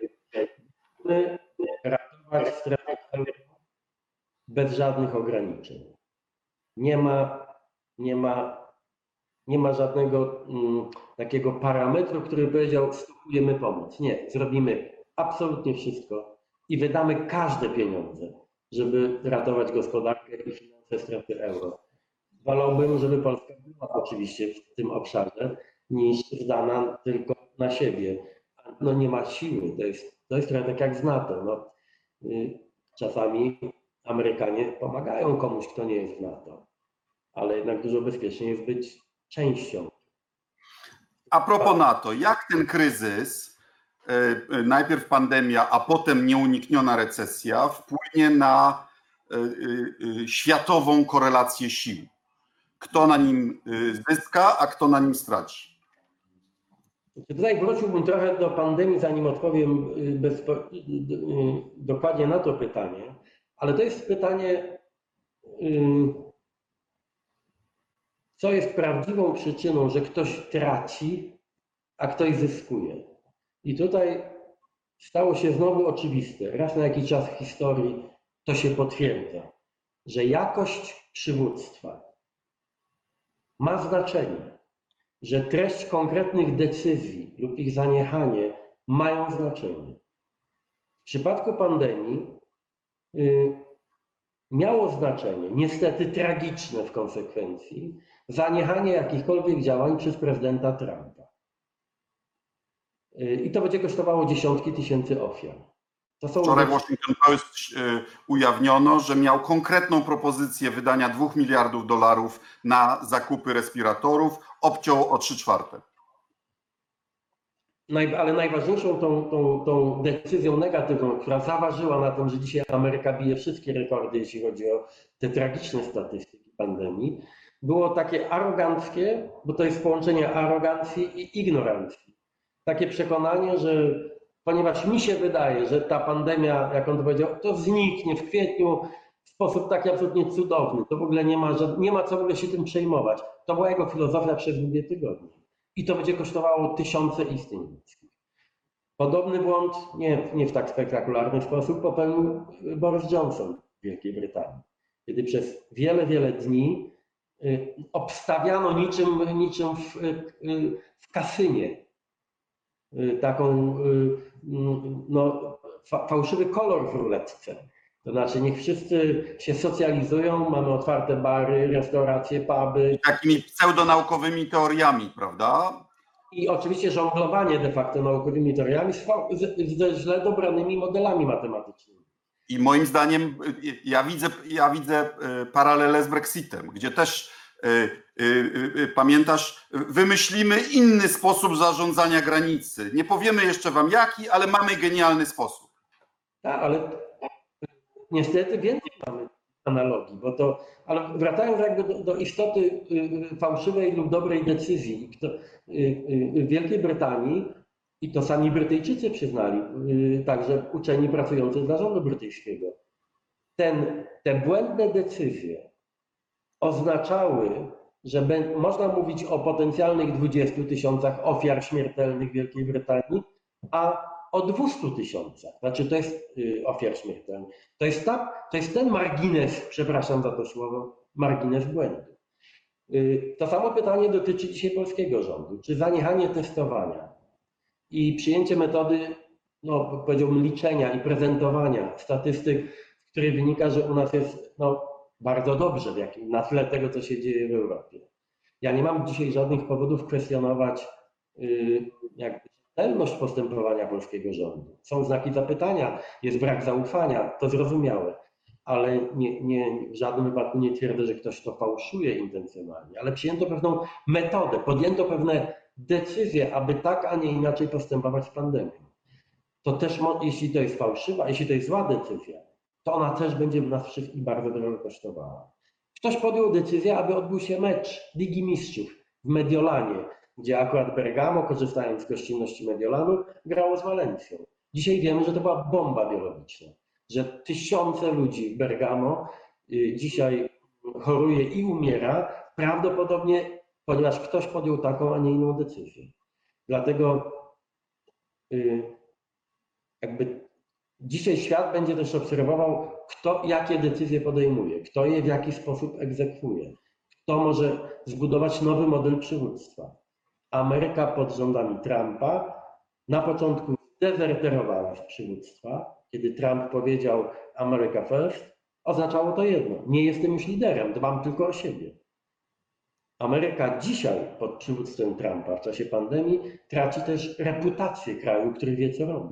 ratować strefę euro bez żadnych ograniczeń. Nie ma żadnego takiego parametru, który powiedział, stopujemy pomoc. Nie, zrobimy absolutnie wszystko i wydamy każde pieniądze, żeby ratować gospodarkę i finanse strefy euro. Wolałbym, żeby Polska była oczywiście w tym obszarze, niż zdana tylko na siebie. No nie ma siły, to jest trochę tak jak z NATO. No, czasami Amerykanie pomagają komuś, kto nie jest w NATO, ale jednak dużo bezpieczniej jest być częścią. A propos NATO, jak ten kryzys, najpierw pandemia, a potem nieunikniona recesja, wpłynie na światową korelację sił? Kto na nim zyska, a kto na nim straci? Tutaj wróciłbym trochę do pandemii, zanim odpowiem dokładnie na to pytanie, ale to jest pytanie, co jest prawdziwą przyczyną, że ktoś traci, a ktoś zyskuje. I tutaj stało się znowu oczywiste, raz na jakiś czas w historii to się potwierdza, że jakość przywództwa ma znaczenie, że treść konkretnych decyzji lub ich zaniechanie mają znaczenie. W przypadku pandemii miało znaczenie, niestety tragiczne w konsekwencji, zaniechanie jakichkolwiek działań przez prezydenta Trumpa. I to będzie kosztowało dziesiątki tysięcy ofiar. Wczoraj w Washington Post ujawniono, że miał konkretną propozycję wydania $2 miliardów na zakupy respiratorów, obciął o 3/4. Ale najważniejszą tą decyzją negatywną, która zaważyła na tym, że dzisiaj Ameryka bije wszystkie rekordy, jeśli chodzi o te tragiczne statystyki pandemii, było takie aroganckie, bo to jest połączenie arogancji i ignorancji. Takie przekonanie, że ponieważ mi się wydaje, że ta pandemia, jak on to powiedział, to zniknie w kwietniu w sposób taki absolutnie cudowny, to w ogóle nie ma co w ogóle się tym przejmować. To była jego filozofia przez długie tygodnie. I to będzie kosztowało tysiące istnień ludzkich. Podobny błąd, nie w tak spektakularny sposób, popełnił Boris Johnson w Wielkiej Brytanii, kiedy przez wiele dni obstawiano niczym w kasynie taką fałszywy kolor w ruletce. To znaczy niech wszyscy się socjalizują, mamy otwarte bary, restauracje, puby. I takimi pseudonaukowymi teoriami, prawda? I oczywiście żonglowanie de facto naukowymi teoriami ze źle dobranymi modelami matematycznymi. I moim zdaniem ja widzę paralelę z Brexitem, gdzie też pamiętasz, wymyślimy inny sposób zarządzania granicy. Nie powiemy jeszcze wam jaki, ale mamy genialny sposób. Tak, ale niestety więcej mamy analogii, ale wracając jakby do istoty fałszywej lub dobrej decyzji w Wielkiej Brytanii, i to sami Brytyjczycy przyznali, także uczeni pracujący dla rządu brytyjskiego, te błędne decyzje oznaczały, że można mówić o potencjalnych 20 tysiącach ofiar śmiertelnych w Wielkiej Brytanii, a o 200 tysiącach, znaczy to jest ofiar śmiertelnych. To jest ten margines, przepraszam za to słowo, margines błędu. To samo pytanie dotyczy dzisiaj polskiego rządu. Czy zaniechanie testowania i przyjęcie metody, powiedziałbym, liczenia i prezentowania statystyk, z której wynika, że u nas jest bardzo dobrze na tle tego, co się dzieje w Europie. Ja nie mam dzisiaj żadnych powodów kwestionować rzetelność postępowania polskiego rządu. Są znaki zapytania, jest brak zaufania, to zrozumiałe, ale w żadnym wypadku nie twierdzę, że ktoś to fałszuje intencjonalnie, ale przyjęto pewną metodę, podjęto pewne decyzje, aby tak, a nie inaczej postępować z pandemią. To też, jeśli to jest fałszywa, jeśli to jest zła decyzja, to ona też będzie nas wszystkich bardzo drogo kosztowała. Ktoś podjął decyzję, aby odbył się mecz Ligi Mistrzów w Mediolanie, gdzie akurat Bergamo, korzystając z gościnności Mediolanu, grało z Walencją. Dzisiaj wiemy, że to była bomba biologiczna, że tysiące ludzi w Bergamo dzisiaj choruje i umiera, prawdopodobnie ponieważ ktoś podjął taką, a nie inną decyzję. Dlatego dzisiaj świat będzie też obserwował, kto jakie decyzje podejmuje, kto je w jaki sposób egzekwuje, kto może zbudować nowy model przywództwa. Ameryka pod rządami Trumpa na początku zdezerterowała z przywództwa. Kiedy Trump powiedział America First, oznaczało to jedno: nie jestem już liderem, dbam tylko o siebie. Ameryka dzisiaj pod przywództwem Trumpa w czasie pandemii traci też reputację kraju, który wie, co robi.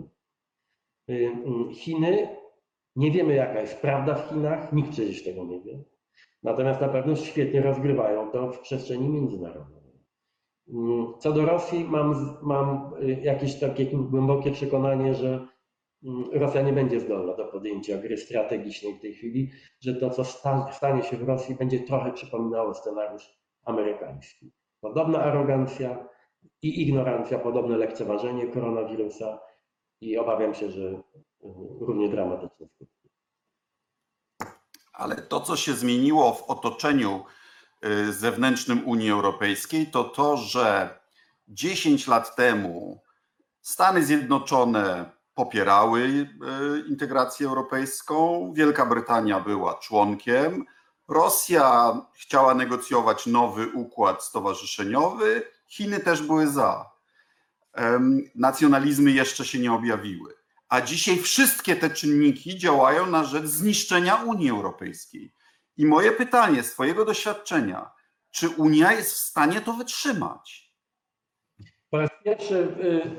Chiny, nie wiemy jaka jest prawda w Chinach, nikt przecież tego nie wie. Natomiast na pewno świetnie rozgrywają to w przestrzeni międzynarodowej. Co do Rosji, mam jakieś takie głębokie przekonanie, że Rosja nie będzie zdolna do podjęcia gry strategicznej w tej chwili, że to, co stanie się w Rosji, będzie trochę przypominało scenariusz amerykański. Podobna arogancja, i ignorancja, podobne lekceważenie koronawirusa i obawiam się, że równie dramatyczne skutki. Ale to, co się zmieniło w otoczeniu zewnętrznym Unii Europejskiej, to to, że 10 lat temu Stany Zjednoczone popierały integrację europejską, Wielka Brytania była członkiem, Rosja chciała negocjować nowy układ stowarzyszeniowy, Chiny też były za. Nacjonalizmy jeszcze się nie objawiły. A dzisiaj wszystkie te czynniki działają na rzecz zniszczenia Unii Europejskiej. I moje pytanie z twojego doświadczenia, czy Unia jest w stanie to wytrzymać? Po raz pierwszy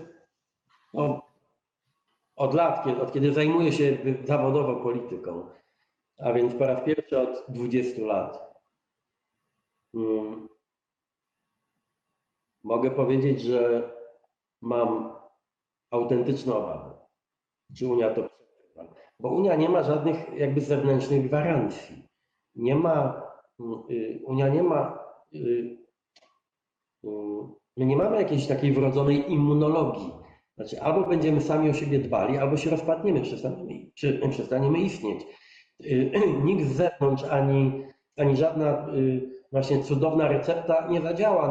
od lat, od kiedy zajmuję się zawodowo polityką, a więc po raz pierwszy od 20 lat, mogę powiedzieć, że mam autentyczne obawy, czy Unia to przetrwa. Bo Unia nie ma żadnych jakby zewnętrznych gwarancji. Unia nie ma, my nie mamy jakiejś takiej wrodzonej immunologii. Znaczy, albo będziemy sami o siebie dbali, albo się rozpadniemy, przestaniemy istnieć. Nikt z zewnątrz, ani żadna właśnie cudowna recepta nie zadziała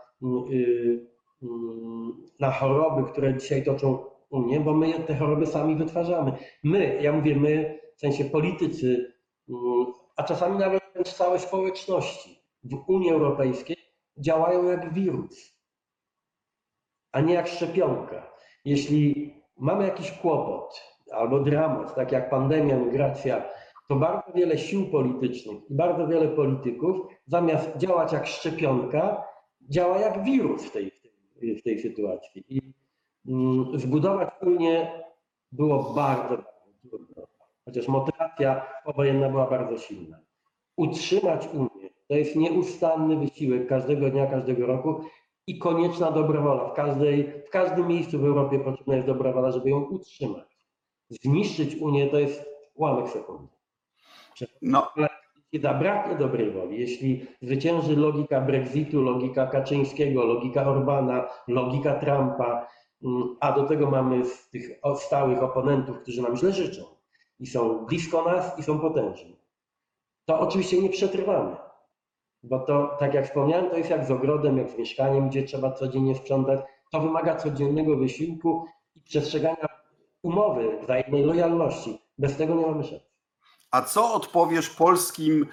na choroby, które dzisiaj toczą Unię, bo my te choroby sami wytwarzamy. Ja mówię my, w sensie politycy, a czasami nawet całe społeczności w Unii Europejskiej działają jak wirus, a nie jak szczepionka. Jeśli mamy jakiś kłopot albo dramat, tak jak pandemia, migracja, to bardzo wiele sił politycznych i bardzo wiele polityków, zamiast działać jak szczepionka, działa jak wirus w tej sytuacji. I zbudować Unię było bardzo, bardzo trudno, chociaż motywacja powojenna była bardzo silna. Utrzymać Unię to jest nieustanny wysiłek każdego dnia, każdego roku i konieczna dobra wola. W każdym miejscu w Europie potrzebna jest dobra wola, żeby ją utrzymać. Zniszczyć Unię to jest ułamek sekundy. No. Jeśli zabraknie dobrej woli, jeśli zwycięży logika Brexitu, logika Kaczyńskiego, logika Orbana, logika Trumpa, a do tego mamy z tych stałych oponentów, którzy nam źle życzą i są blisko nas i są potężni, to oczywiście nie przetrwamy. Bo to, tak jak wspomniałem, to jest jak z ogrodem, jak z mieszkaniem, gdzie trzeba codziennie sprzątać. To wymaga codziennego wysiłku i przestrzegania umowy, wzajemnej lojalności. Bez tego nie mamy szans. A co odpowiesz polskim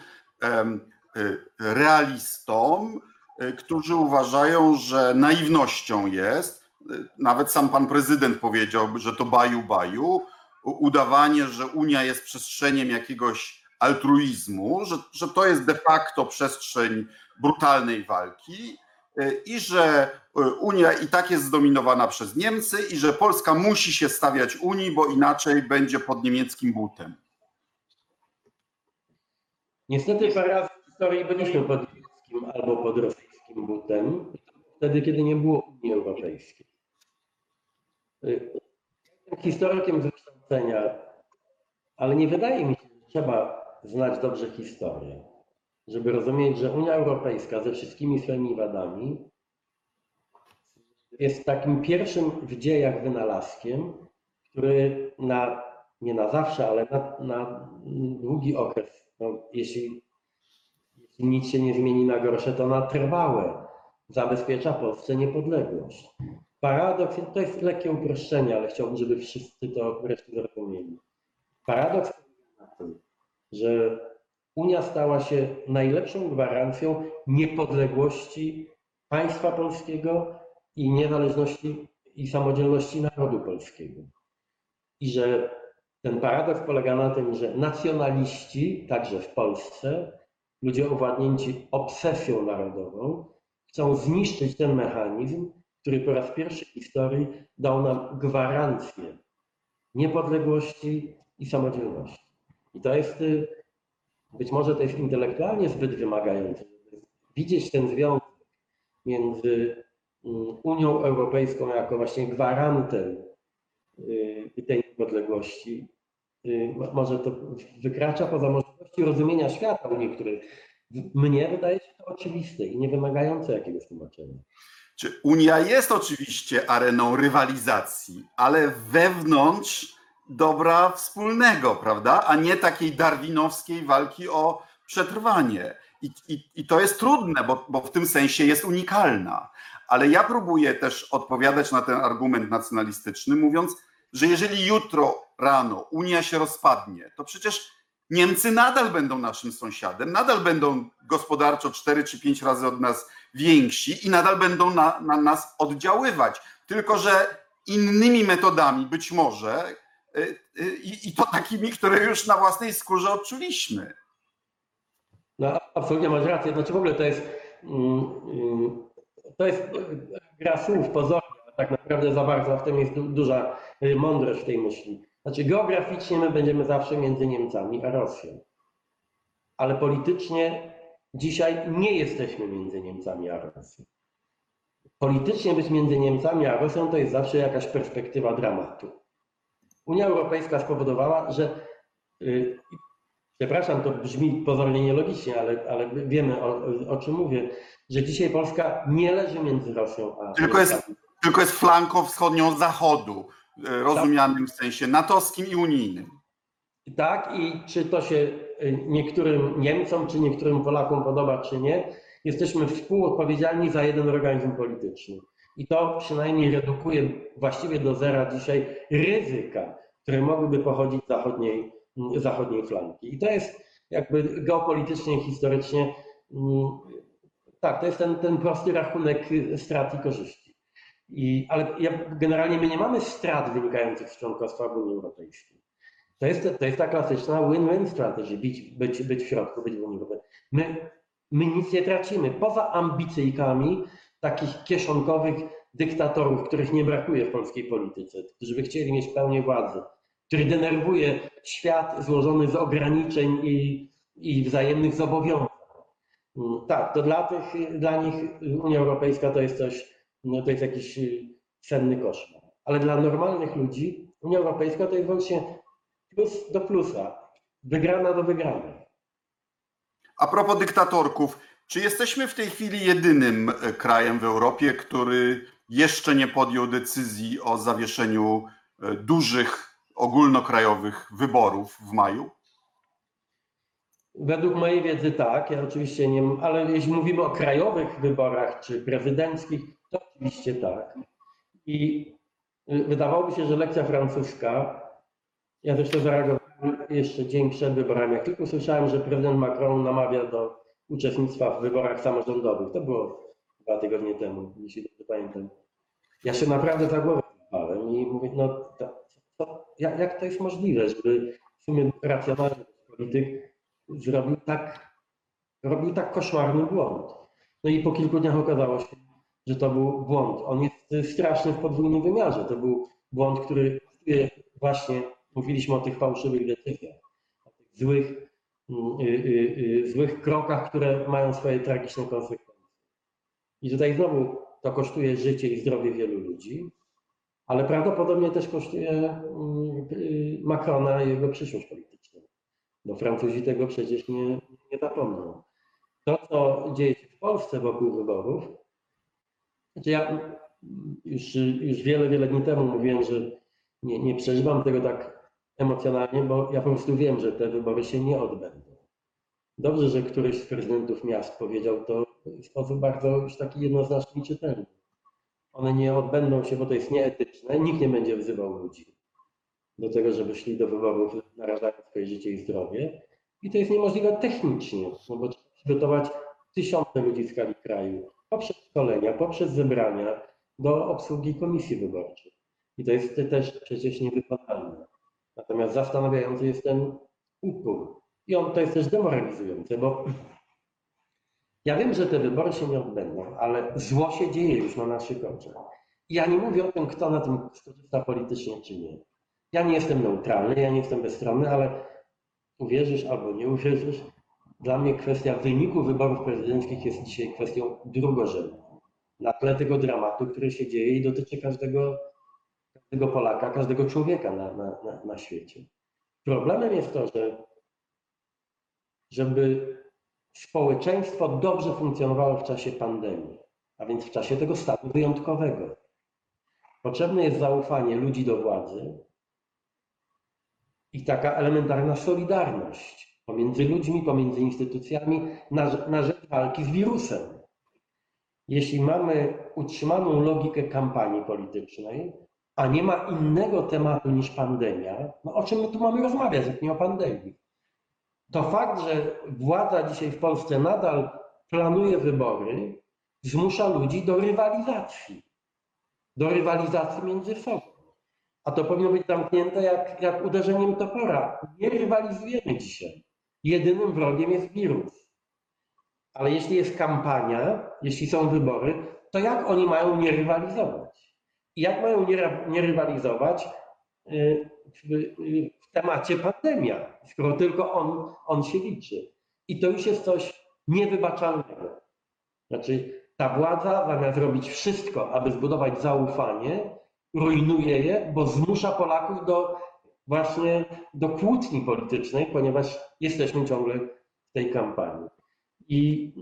realistom, którzy uważają, że naiwnością jest, nawet sam pan prezydent powiedział, że to baju, udawanie, że Unia jest przestrzenią jakiegoś altruizmu, że to jest de facto przestrzeń brutalnej walki i że Unia i tak jest zdominowana przez Niemcy i że Polska musi się stawiać Unii, bo inaczej będzie pod niemieckim butem. Niestety parę razy w historii byliśmy pod niemieckim albo pod rosyjskim butem, wtedy kiedy nie było Unii Europejskiej. Jestem historykiem z wykształcenia, ale nie wydaje mi się, że trzeba znać dobrze historię, żeby rozumieć, że Unia Europejska ze wszystkimi swoimi wadami jest takim pierwszym w dziejach wynalazkiem, który nie na zawsze, ale na długi okres, jeśli nic się nie zmieni na gorsze, to na trwałe zabezpiecza Polsce niepodległość. Paradoks, to jest lekkie uproszczenie, ale chciałbym, żeby wszyscy to wreszcie zrozumieli. Paradoks polega na tym, że Unia stała się najlepszą gwarancją niepodległości państwa polskiego i niezależności i samodzielności narodu polskiego. I że ten paradoks polega na tym, że nacjonaliści, także w Polsce, ludzie owładnięci obsesją narodową, chcą zniszczyć ten mechanizm, który po raz pierwszy w historii dał nam gwarancję niepodległości i samodzielności. I to jest, być może to jest intelektualnie zbyt wymagające, żeby widzieć ten związek między Unią Europejską jako właśnie gwarantem tej niepodległości. Może to wykracza poza możliwości rozumienia świata u niektórych. Mnie wydaje się to oczywiste i nie wymagające jakiegoś tłumaczenia. Czy Unia jest oczywiście areną rywalizacji, ale wewnątrz dobra wspólnego, prawda? A nie takiej darwinowskiej walki o przetrwanie. I to jest trudne, bo w tym sensie jest unikalna. Ale ja próbuję też odpowiadać na ten argument nacjonalistyczny, mówiąc, że jeżeli jutro rano Unia się rozpadnie, to przecież Niemcy nadal będą naszym sąsiadem, nadal będą gospodarczo 4 czy 5 razy od nas więksi i nadal będą na nas oddziaływać. Tylko że innymi metodami być może i to takimi, które już na własnej skórze odczuliśmy. No, absolutnie masz rację. Znaczy w ogóle to jest gra słów pozornie, a tak naprawdę za bardzo w tym jest duża mądrość w tej myśli. Znaczy geograficznie my będziemy zawsze między Niemcami a Rosją, ale politycznie dzisiaj nie jesteśmy między Niemcami a Rosją. Politycznie być między Niemcami a Rosją to jest zawsze jakaś perspektywa dramatu. Unia Europejska spowodowała, że przepraszam, to brzmi pozornie nielogicznie, ale wiemy o czym mówię, że dzisiaj Polska nie leży między Rosją a Tylko jest flanką wschodnią Zachodu, rozumianym w sensie natowskim i unijnym. Tak, i czy to się niektórym Niemcom, czy niektórym Polakom podoba, czy nie, jesteśmy współodpowiedzialni za jeden organizm polityczny. I to przynajmniej redukuje właściwie do zera dzisiaj ryzyka, które mogłyby pochodzić z zachodniej flanki. I to jest jakby geopolitycznie, historycznie, tak, to jest ten prosty rachunek strat i korzyści. Ale generalnie my nie mamy strat wynikających z członkostwa w Unii Europejskiej. To jest ta klasyczna win-win strategy, być w środku, być w Unii Europejskiej. My nic nie tracimy, poza ambicyjkami takich kieszonkowych dyktatorów, których nie brakuje w polskiej polityce, którzy by chcieli mieć pełnię władzy, który denerwuje świat złożony z ograniczeń i wzajemnych zobowiązań. Tak, to dla nich Unia Europejska to jest coś, to jest jakiś senny koszmar. Ale dla normalnych ludzi Unia Europejska to jest właśnie plus do plusa, wygrana do wygranej. A propos dyktatorków, czy jesteśmy w tej chwili jedynym krajem w Europie, który jeszcze nie podjął decyzji o zawieszeniu dużych, ogólnokrajowych wyborów w maju? Według mojej wiedzy tak, ja oczywiście nie mam, ale jeśli mówimy o krajowych wyborach czy prezydenckich, to oczywiście tak. I wydawałoby się, że lekcja francuska, ja zresztą zareagowałem jeszcze dzień przed wyborami, jak tylko słyszałem, że prezydent Macron namawia do uczestnictwa w wyborach samorządowych. To było 2 tygodnie temu, jeśli dobrze pamiętam. Ja się naprawdę za głowę złapałem i mówię, jak to jest możliwe, żeby w sumie racjonalny polityk robił tak koszmarny błąd. No i po kilku dniach okazało się, że to był błąd. On jest straszny w podwójnym wymiarze. To był błąd, który właśnie, mówiliśmy o tych fałszywych decyzjach, o tych złych krokach, które mają swoje tragiczne konsekwencje. I tutaj znowu to kosztuje życie i zdrowie wielu ludzi, ale prawdopodobnie też kosztuje Macrona i jego przyszłość polityczną, bo Francuzi tego przecież nie zapomną. To, co dzieje się w Polsce wokół wyborów, znaczy ja już wiele dni temu mówiłem, że nie przeżywam tego tak emocjonalnie, bo ja po prostu wiem, że te wybory się nie odbędą. Dobrze, że któryś z prezydentów miast powiedział to w sposób bardzo już taki jednoznaczny i czytelny. One nie odbędą się, bo to jest nieetyczne. Nikt nie będzie wzywał ludzi do tego, żeby szli do wyborów, narażając swoje życie i zdrowie. I to jest niemożliwe technicznie, no bo trzeba przygotować tysiące ludzi w skali kraju, poprzez szkolenia, poprzez zebrania do obsługi komisji wyborczej. I to jest też przecież niewykonalne. Natomiast zastanawiający jest ten upór. I to jest też demoralizujące, bo ja wiem, że te wybory się nie odbędą, ale zło się dzieje już na naszych oczach. I ja nie mówię o tym, kto na tym skorzysta politycznie, czy nie. Ja nie jestem neutralny, ja nie jestem bezstronny, ale uwierzysz albo nie uwierzysz, dla mnie kwestia wyniku wyborów prezydenckich jest dzisiaj kwestią drugorzędną. Na tle tego dramatu, który się dzieje i dotyczy każdego Polaka, każdego człowieka na świecie. Problemem jest to, żeby społeczeństwo dobrze funkcjonowało w czasie pandemii, a więc w czasie tego stanu wyjątkowego. Potrzebne jest zaufanie ludzi do władzy i taka elementarna solidarność pomiędzy ludźmi, pomiędzy instytucjami na rzecz walki z wirusem. Jeśli mamy utrzymaną logikę kampanii politycznej, a nie ma innego tematu niż pandemia, no o czym my tu mamy rozmawiać, jak nie o pandemii? To fakt, że władza dzisiaj w Polsce nadal planuje wybory, zmusza ludzi do rywalizacji między sobą. A to powinno być zamknięte jak uderzeniem topora. Nie rywalizujemy dzisiaj. Jedynym wrogiem jest wirus. Ale jeśli jest kampania, jeśli są wybory, to jak oni mają nie rywalizować? I jak mają nie rywalizować w temacie pandemia, skoro tylko on się liczy? I to już jest coś niewybaczalnego. Znaczy, ta władza zamiast robić wszystko, aby zbudować zaufanie, rujnuje je, bo zmusza Polaków właśnie do kłótni politycznej, ponieważ jesteśmy ciągle w tej kampanii. I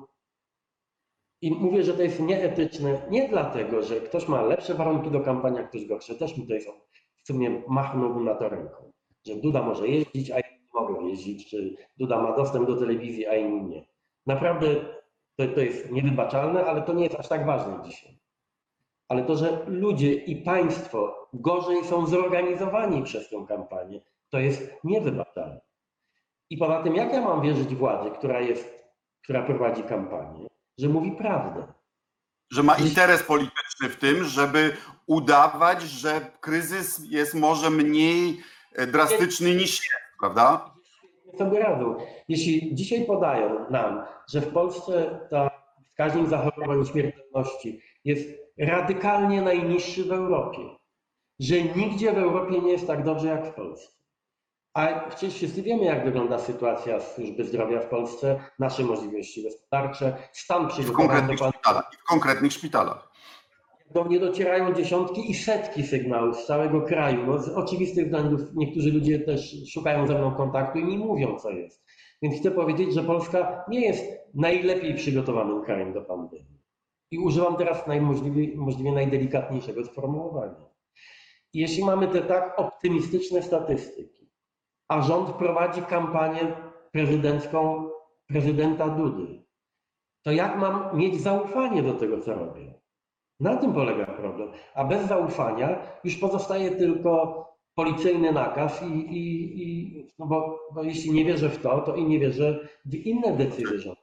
mówię, że to jest nieetyczne nie dlatego, że ktoś ma lepsze warunki do kampanii, a ktoś gorsze. Też mi tutaj w sumie machnął na to ręką, że Duda może jeździć, a inni nie mogą jeździć, czy Duda ma dostęp do telewizji, a inni nie. Naprawdę to jest niewybaczalne, ale to nie jest aż tak ważne dzisiaj. Ale to, że ludzie i państwo gorzej są zorganizowani przez tę kampanię, to jest niewybaczalne. I poza tym, jak ja mam wierzyć władzy, która prowadzi kampanię, że mówi prawdę? Że ma interes polityczny w tym, żeby udawać, że kryzys jest może mniej drastyczny niż jest, prawda? Sobie radzą. Jeśli dzisiaj podają nam, że w Polsce wskaźnik zachorowań i śmiertelności jest radykalnie najniższy w Europie, że nigdzie w Europie nie jest tak dobrze jak w Polsce. A przecież wszyscy wiemy, jak wygląda sytuacja służby zdrowia w Polsce, nasze możliwości gospodarcze, stan przygotowania do pandemii. W konkretnych szpitalach. Do mnie docierają dziesiątki i setki sygnałów z całego kraju. No, z oczywistych względów niektórzy ludzie też szukają ze mną kontaktu i mi mówią, co jest. Więc chcę powiedzieć, że Polska nie jest najlepiej przygotowanym krajem do pandemii. I używam teraz możliwie najdelikatniejszego sformułowania. I jeśli mamy te tak optymistyczne statystyki, a rząd prowadzi kampanię prezydencką prezydenta Dudy, to jak mam mieć zaufanie do tego, co robię? Na tym polega problem. A bez zaufania już pozostaje tylko policyjny nakaz no bo jeśli nie wierzę w to i nie wierzę w inne decyzje rządu.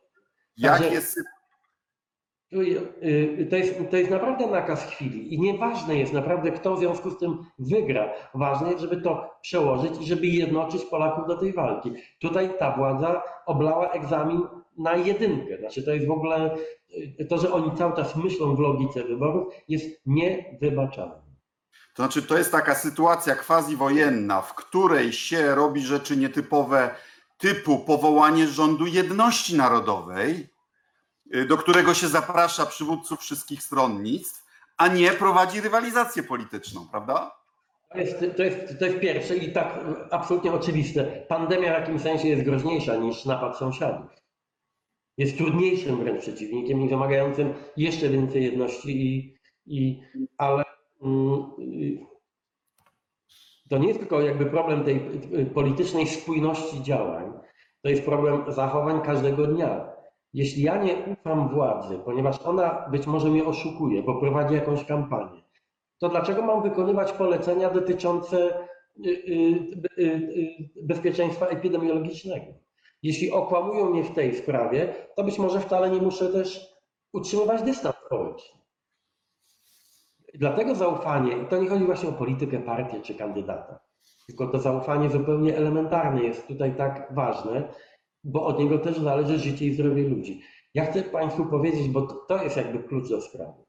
To jest naprawdę nakaz chwili i nieważne jest naprawdę, kto w związku z tym wygra. Ważne jest, żeby to przełożyć i żeby jednoczyć Polaków do tej walki. Tutaj ta władza oblała egzamin na jedynkę. Znaczy to jest w ogóle, to, że oni cały czas myślą w logice wyborów, jest niewybaczalne. To znaczy, to jest taka sytuacja quasi-wojenna, w której się robi rzeczy nietypowe typu powołanie rządu jedności narodowej, do którego się zaprasza przywódców wszystkich stronnictw, a nie prowadzi rywalizację polityczną, prawda? To jest pierwsze i tak absolutnie oczywiste. Pandemia w jakimś sensie jest groźniejsza niż napad sąsiadów. Jest trudniejszym wręcz przeciwnikiem i wymagającym jeszcze więcej jedności, ale to nie jest tylko jakby problem tej politycznej spójności działań, to jest problem zachowań każdego dnia. Jeśli ja nie ufam władzy, ponieważ ona być może mnie oszukuje, bo prowadzi jakąś kampanię, to dlaczego mam wykonywać polecenia dotyczące bezpieczeństwa epidemiologicznego? Jeśli okłamują mnie w tej sprawie, to być może wcale nie muszę też utrzymywać dystans społeczny. Dlatego zaufanie, i to nie chodzi właśnie o politykę, partię czy kandydata, tylko to zaufanie zupełnie elementarne jest tutaj tak ważne, bo od niego też zależy życie i zdrowie ludzi. Ja chcę Państwu powiedzieć, bo to jest jakby klucz do sprawy.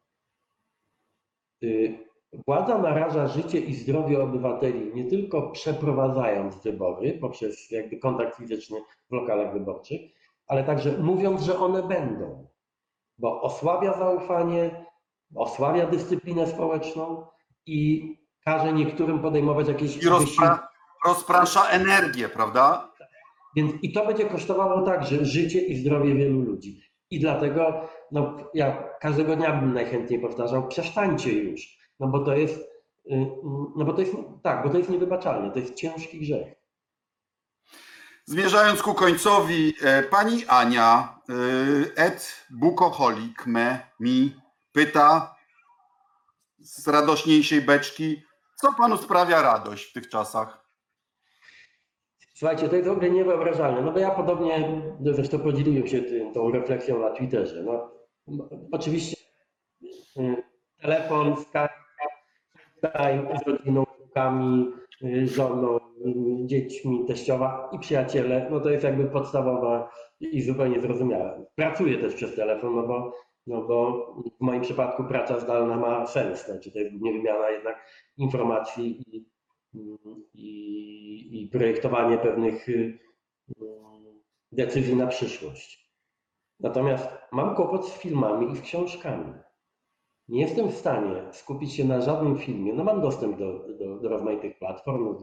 Władza naraża życie i zdrowie obywateli nie tylko przeprowadzając wybory poprzez jakby kontakt fizyczny w lokalach wyborczych, ale także mówiąc, że one będą, bo osłabia zaufanie, osłabia dyscyplinę społeczną i każe niektórym podejmować jakieś... I rozprasza energię, prawda? Więc i to będzie kosztowało także życie i zdrowie wielu ludzi. I dlatego no, ja każdego dnia bym najchętniej powtarzał, przestańcie już, no bo to jest, tak, bo to jest niewybaczalne, to jest ciężki grzech. Zmierzając ku końcowi, pani Ania, bukoholik mi pyta z radośniejszej beczki, co panu sprawia radość w tych czasach? Słuchajcie, to jest w ogóle niewyobrażalne, no bo ja podobnie, zresztą podzieliłem się tą refleksją na Twitterze. Oczywiście telefon, Skype z rodziną, wnukami, żoną, dziećmi, teściowa i przyjaciele, no to jest jakby podstawowa i zupełnie zrozumiałe. Pracuję też przez telefon, no bo w moim przypadku praca zdalna ma sens, znaczy to jest głównie wymiana jednak informacji i projektowanie pewnych decyzji na przyszłość. Natomiast mam kłopot z filmami i z książkami. Nie jestem w stanie skupić się na żadnym filmie. No mam dostęp do rozmaitych platform,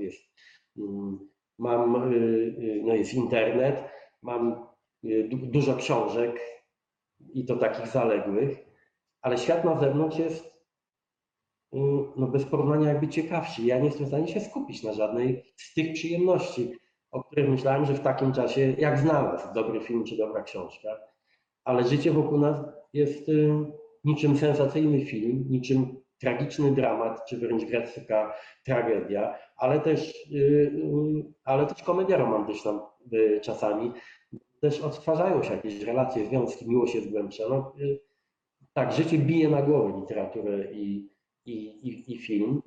jest internet, mam dużo książek i to takich zaległych, ale świat na zewnątrz jest no bez porównania jakby ciekawszy. Ja nie jestem w stanie się skupić na żadnej z tych przyjemności, o których myślałem, że w takim czasie, jak znalazł dobry film czy dobra książka, ale życie wokół nas jest niczym sensacyjny film, niczym tragiczny dramat, czy wręcz grecka tragedia, ale też komedia romantyczna czasami. Też odtwarzają się jakieś relacje, związki, miłość jest głębsza. No, tak, życie bije na głowę literaturę i film.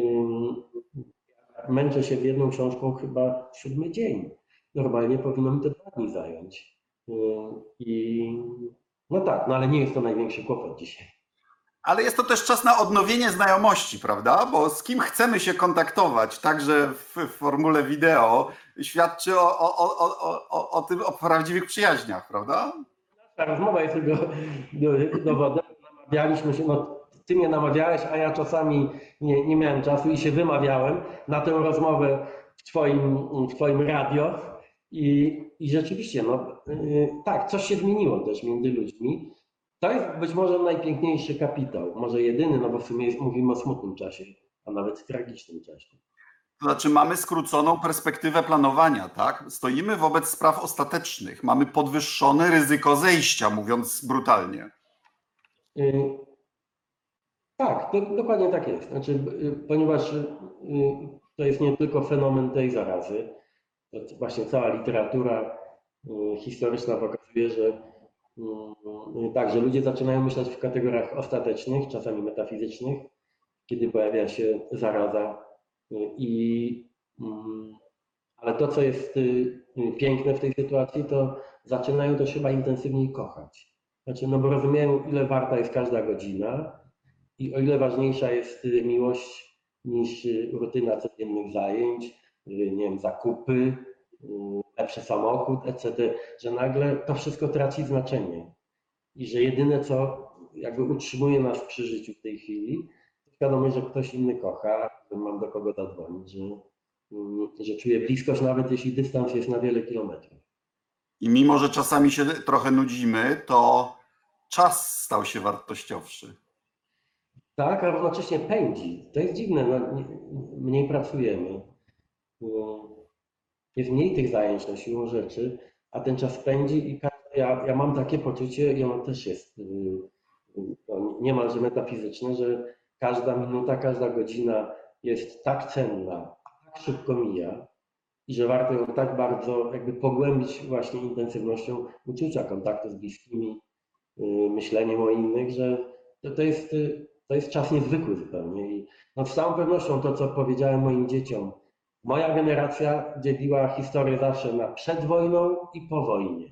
Męczę się w jedną książką chyba 7 dzień. Normalnie powinno mi to 2 dni zająć. I no tak, no ale nie jest to największy kłopot dzisiaj. Ale jest to też czas na odnowienie znajomości, prawda? Bo z kim chcemy się kontaktować, także w formule wideo, świadczy o tym, o prawdziwych przyjaźniach, prawda? Ta rozmowa jest tego dowodem. Namawialiśmy się, no ty mnie namawiałeś, a ja czasami nie miałem czasu i się wymawiałem na tę rozmowę w twoim radio. I rzeczywiście, no tak, coś się zmieniło też między ludźmi. To jest być może najpiękniejszy kapitał, może jedyny, no bo w sumie mówimy o smutnym czasie, a nawet tragicznym czasie. To znaczy mamy skróconą perspektywę planowania, tak? Stoimy wobec spraw ostatecznych, mamy podwyższone ryzyko zejścia, mówiąc brutalnie. Tak, dokładnie tak jest. Znaczy, ponieważ to jest nie tylko fenomen tej zarazy, to właśnie cała literatura historyczna pokazuje, że że ludzie zaczynają myśleć w kategoriach ostatecznych, czasami metafizycznych, kiedy pojawia się zaraza. Ale to, co jest piękne w tej sytuacji, to zaczynają też chyba intensywniej kochać. Znaczy, no bo rozumieją, ile warta jest każda godzina i o ile ważniejsza jest miłość niż rutyna codziennych zajęć, nie wiem, zakupy, lepszy samochód, etc., że nagle to wszystko traci znaczenie i że jedyne, co jakby utrzymuje nas przy życiu w tej chwili, to świadomość, że ktoś inny kocha, że mam do kogo zadzwonić, że czuję bliskość, nawet jeśli dystans jest na wiele kilometrów. I mimo, że czasami się trochę nudzimy, to czas stał się wartościowszy. Tak, a równocześnie pędzi. To jest dziwne, no, mniej pracujemy. Jest mniej tych zajęć na siłą rzeczy, a ten czas pędzi i ja mam takie poczucie i ono też jest niemalże metafizyczne, że każda minuta, każda godzina jest tak cenna, a tak szybko mija i że warto ją tak bardzo jakby pogłębić właśnie intensywnością uczucia, kontaktu z bliskimi, myśleniem o innych, że to jest czas niezwykły zupełnie. I no z całą pewnością to, co powiedziałem moim dzieciom, moja generacja dzieliła historię zawsze na przed wojną i po wojnie.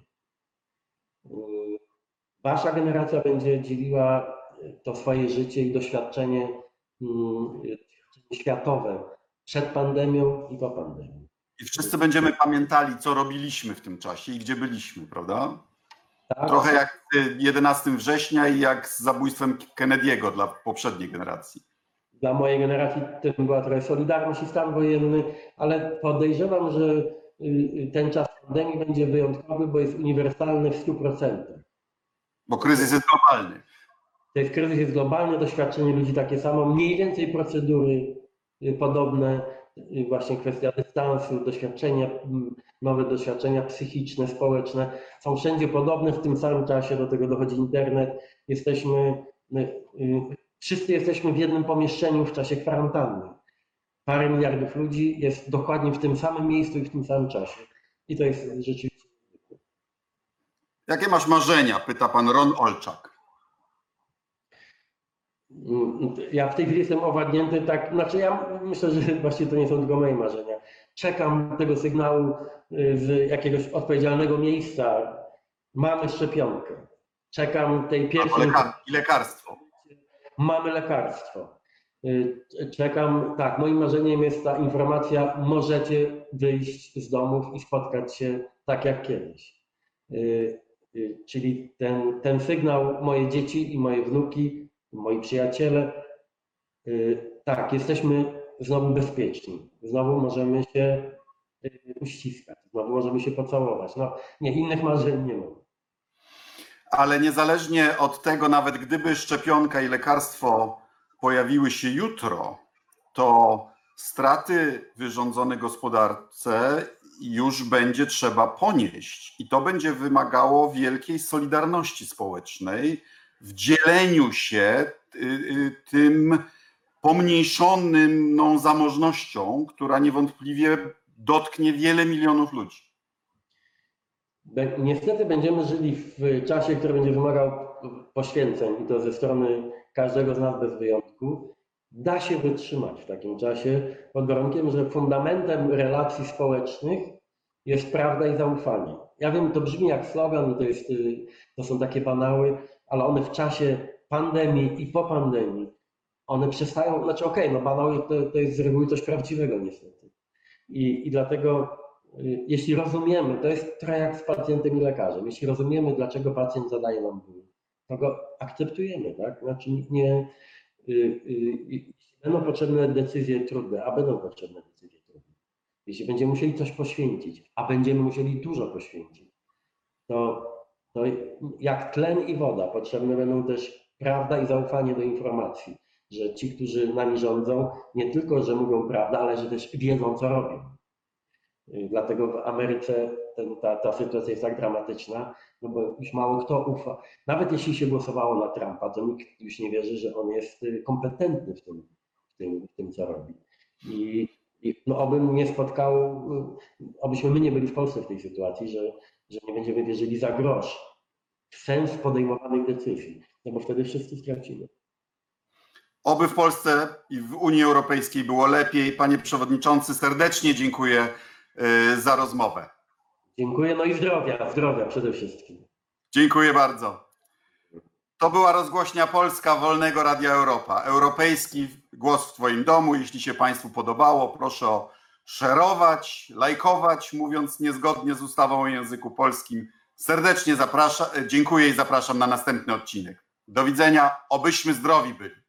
Wasza generacja będzie dzieliła to swoje życie i doświadczenie światowe przed pandemią i po pandemii. I wszyscy będziemy pamiętali, co robiliśmy w tym czasie i gdzie byliśmy, prawda? Tak? Trochę jak 11 września i jak z zabójstwem Kennedy'ego dla poprzedniej generacji. Dla mojej generacji to była trochę Solidarność i stan wojenny, ale podejrzewam, że ten czas pandemii będzie wyjątkowy, bo jest uniwersalny w 100%. Bo kryzys jest globalny. Ten kryzys jest globalny, doświadczenie ludzi takie samo, mniej więcej procedury podobne, właśnie kwestia dystansu, doświadczenia, nowe doświadczenia psychiczne, społeczne są wszędzie podobne, w tym samym czasie do tego dochodzi internet. Wszyscy jesteśmy w jednym pomieszczeniu w czasie kwarantanny. Parę miliardów ludzi jest dokładnie w tym samym miejscu i w tym samym czasie. I to jest rzeczywiście. Jakie masz marzenia? Pyta pan Ron Olczak. Ja w tej chwili jestem owładnięty tak, znaczy ja myślę, że właściwie to nie są tylko moje marzenia. Czekam tego sygnału z jakiegoś odpowiedzialnego miejsca. Mamy szczepionkę. Czekam tej pierwszej. I lekarstwo. Mamy lekarstwo. Czekam, tak, moim marzeniem jest ta informacja, możecie wyjść z domów i spotkać się tak jak kiedyś. Czyli ten sygnał, moje dzieci i moje wnuki, moi przyjaciele, tak, jesteśmy znowu bezpieczni, znowu możemy się uściskać, znowu możemy się pocałować. No, nie, innych marzeń nie mam. Ale niezależnie od tego, nawet gdyby szczepionka i lekarstwo pojawiły się jutro, to straty wyrządzone gospodarce już będzie trzeba ponieść. I to będzie wymagało wielkiej solidarności społecznej w dzieleniu się tym pomniejszoną zamożnością, która niewątpliwie dotknie wiele milionów ludzi. Niestety będziemy żyli w czasie, który będzie wymagał poświęceń i to ze strony każdego z nas bez wyjątku. Da się wytrzymać w takim czasie pod warunkiem, że fundamentem relacji społecznych jest prawda i zaufanie. Ja wiem, to brzmi jak slogan, to są takie banały, ale one w czasie pandemii i po pandemii, one przestają, znaczy no banały to jest z reguły coś prawdziwego niestety. I dlatego jeśli rozumiemy, to jest trochę jak z pacjentem i lekarzem, jeśli rozumiemy, dlaczego pacjent zadaje nam ból, to go akceptujemy, tak? Znaczy będą potrzebne decyzje trudne, a będą potrzebne decyzje trudne. Jeśli będziemy musieli coś poświęcić, a będziemy musieli dużo poświęcić, to jak tlen i woda potrzebne będą też prawda i zaufanie do informacji, że ci, którzy nami rządzą, nie tylko, że mówią prawdę, ale że też wiedzą, co robią. Dlatego w Ameryce ta sytuacja jest tak dramatyczna, no bo już mało kto ufa. Nawet jeśli się głosowało na Trumpa, to nikt już nie wierzy, że on jest kompetentny w tym co robi. I no obym nie spotkał, obyśmy my nie byli w Polsce w tej sytuacji, że nie będziemy wierzyli za grosz w sens podejmowanych decyzji, no bo wtedy wszyscy stracimy. Oby w Polsce i w Unii Europejskiej było lepiej. Panie Przewodniczący, serdecznie dziękuję za rozmowę. Dziękuję, no i zdrowia przede wszystkim. Dziękuję bardzo. To była rozgłośnia polska Wolnego Radia Europa. Europejski głos w Twoim domu. Jeśli się Państwu podobało, proszę o szerować, lajkować, mówiąc niezgodnie z ustawą o języku polskim. Serdecznie dziękuję i zapraszam na następny odcinek. Do widzenia, obyśmy zdrowi byli.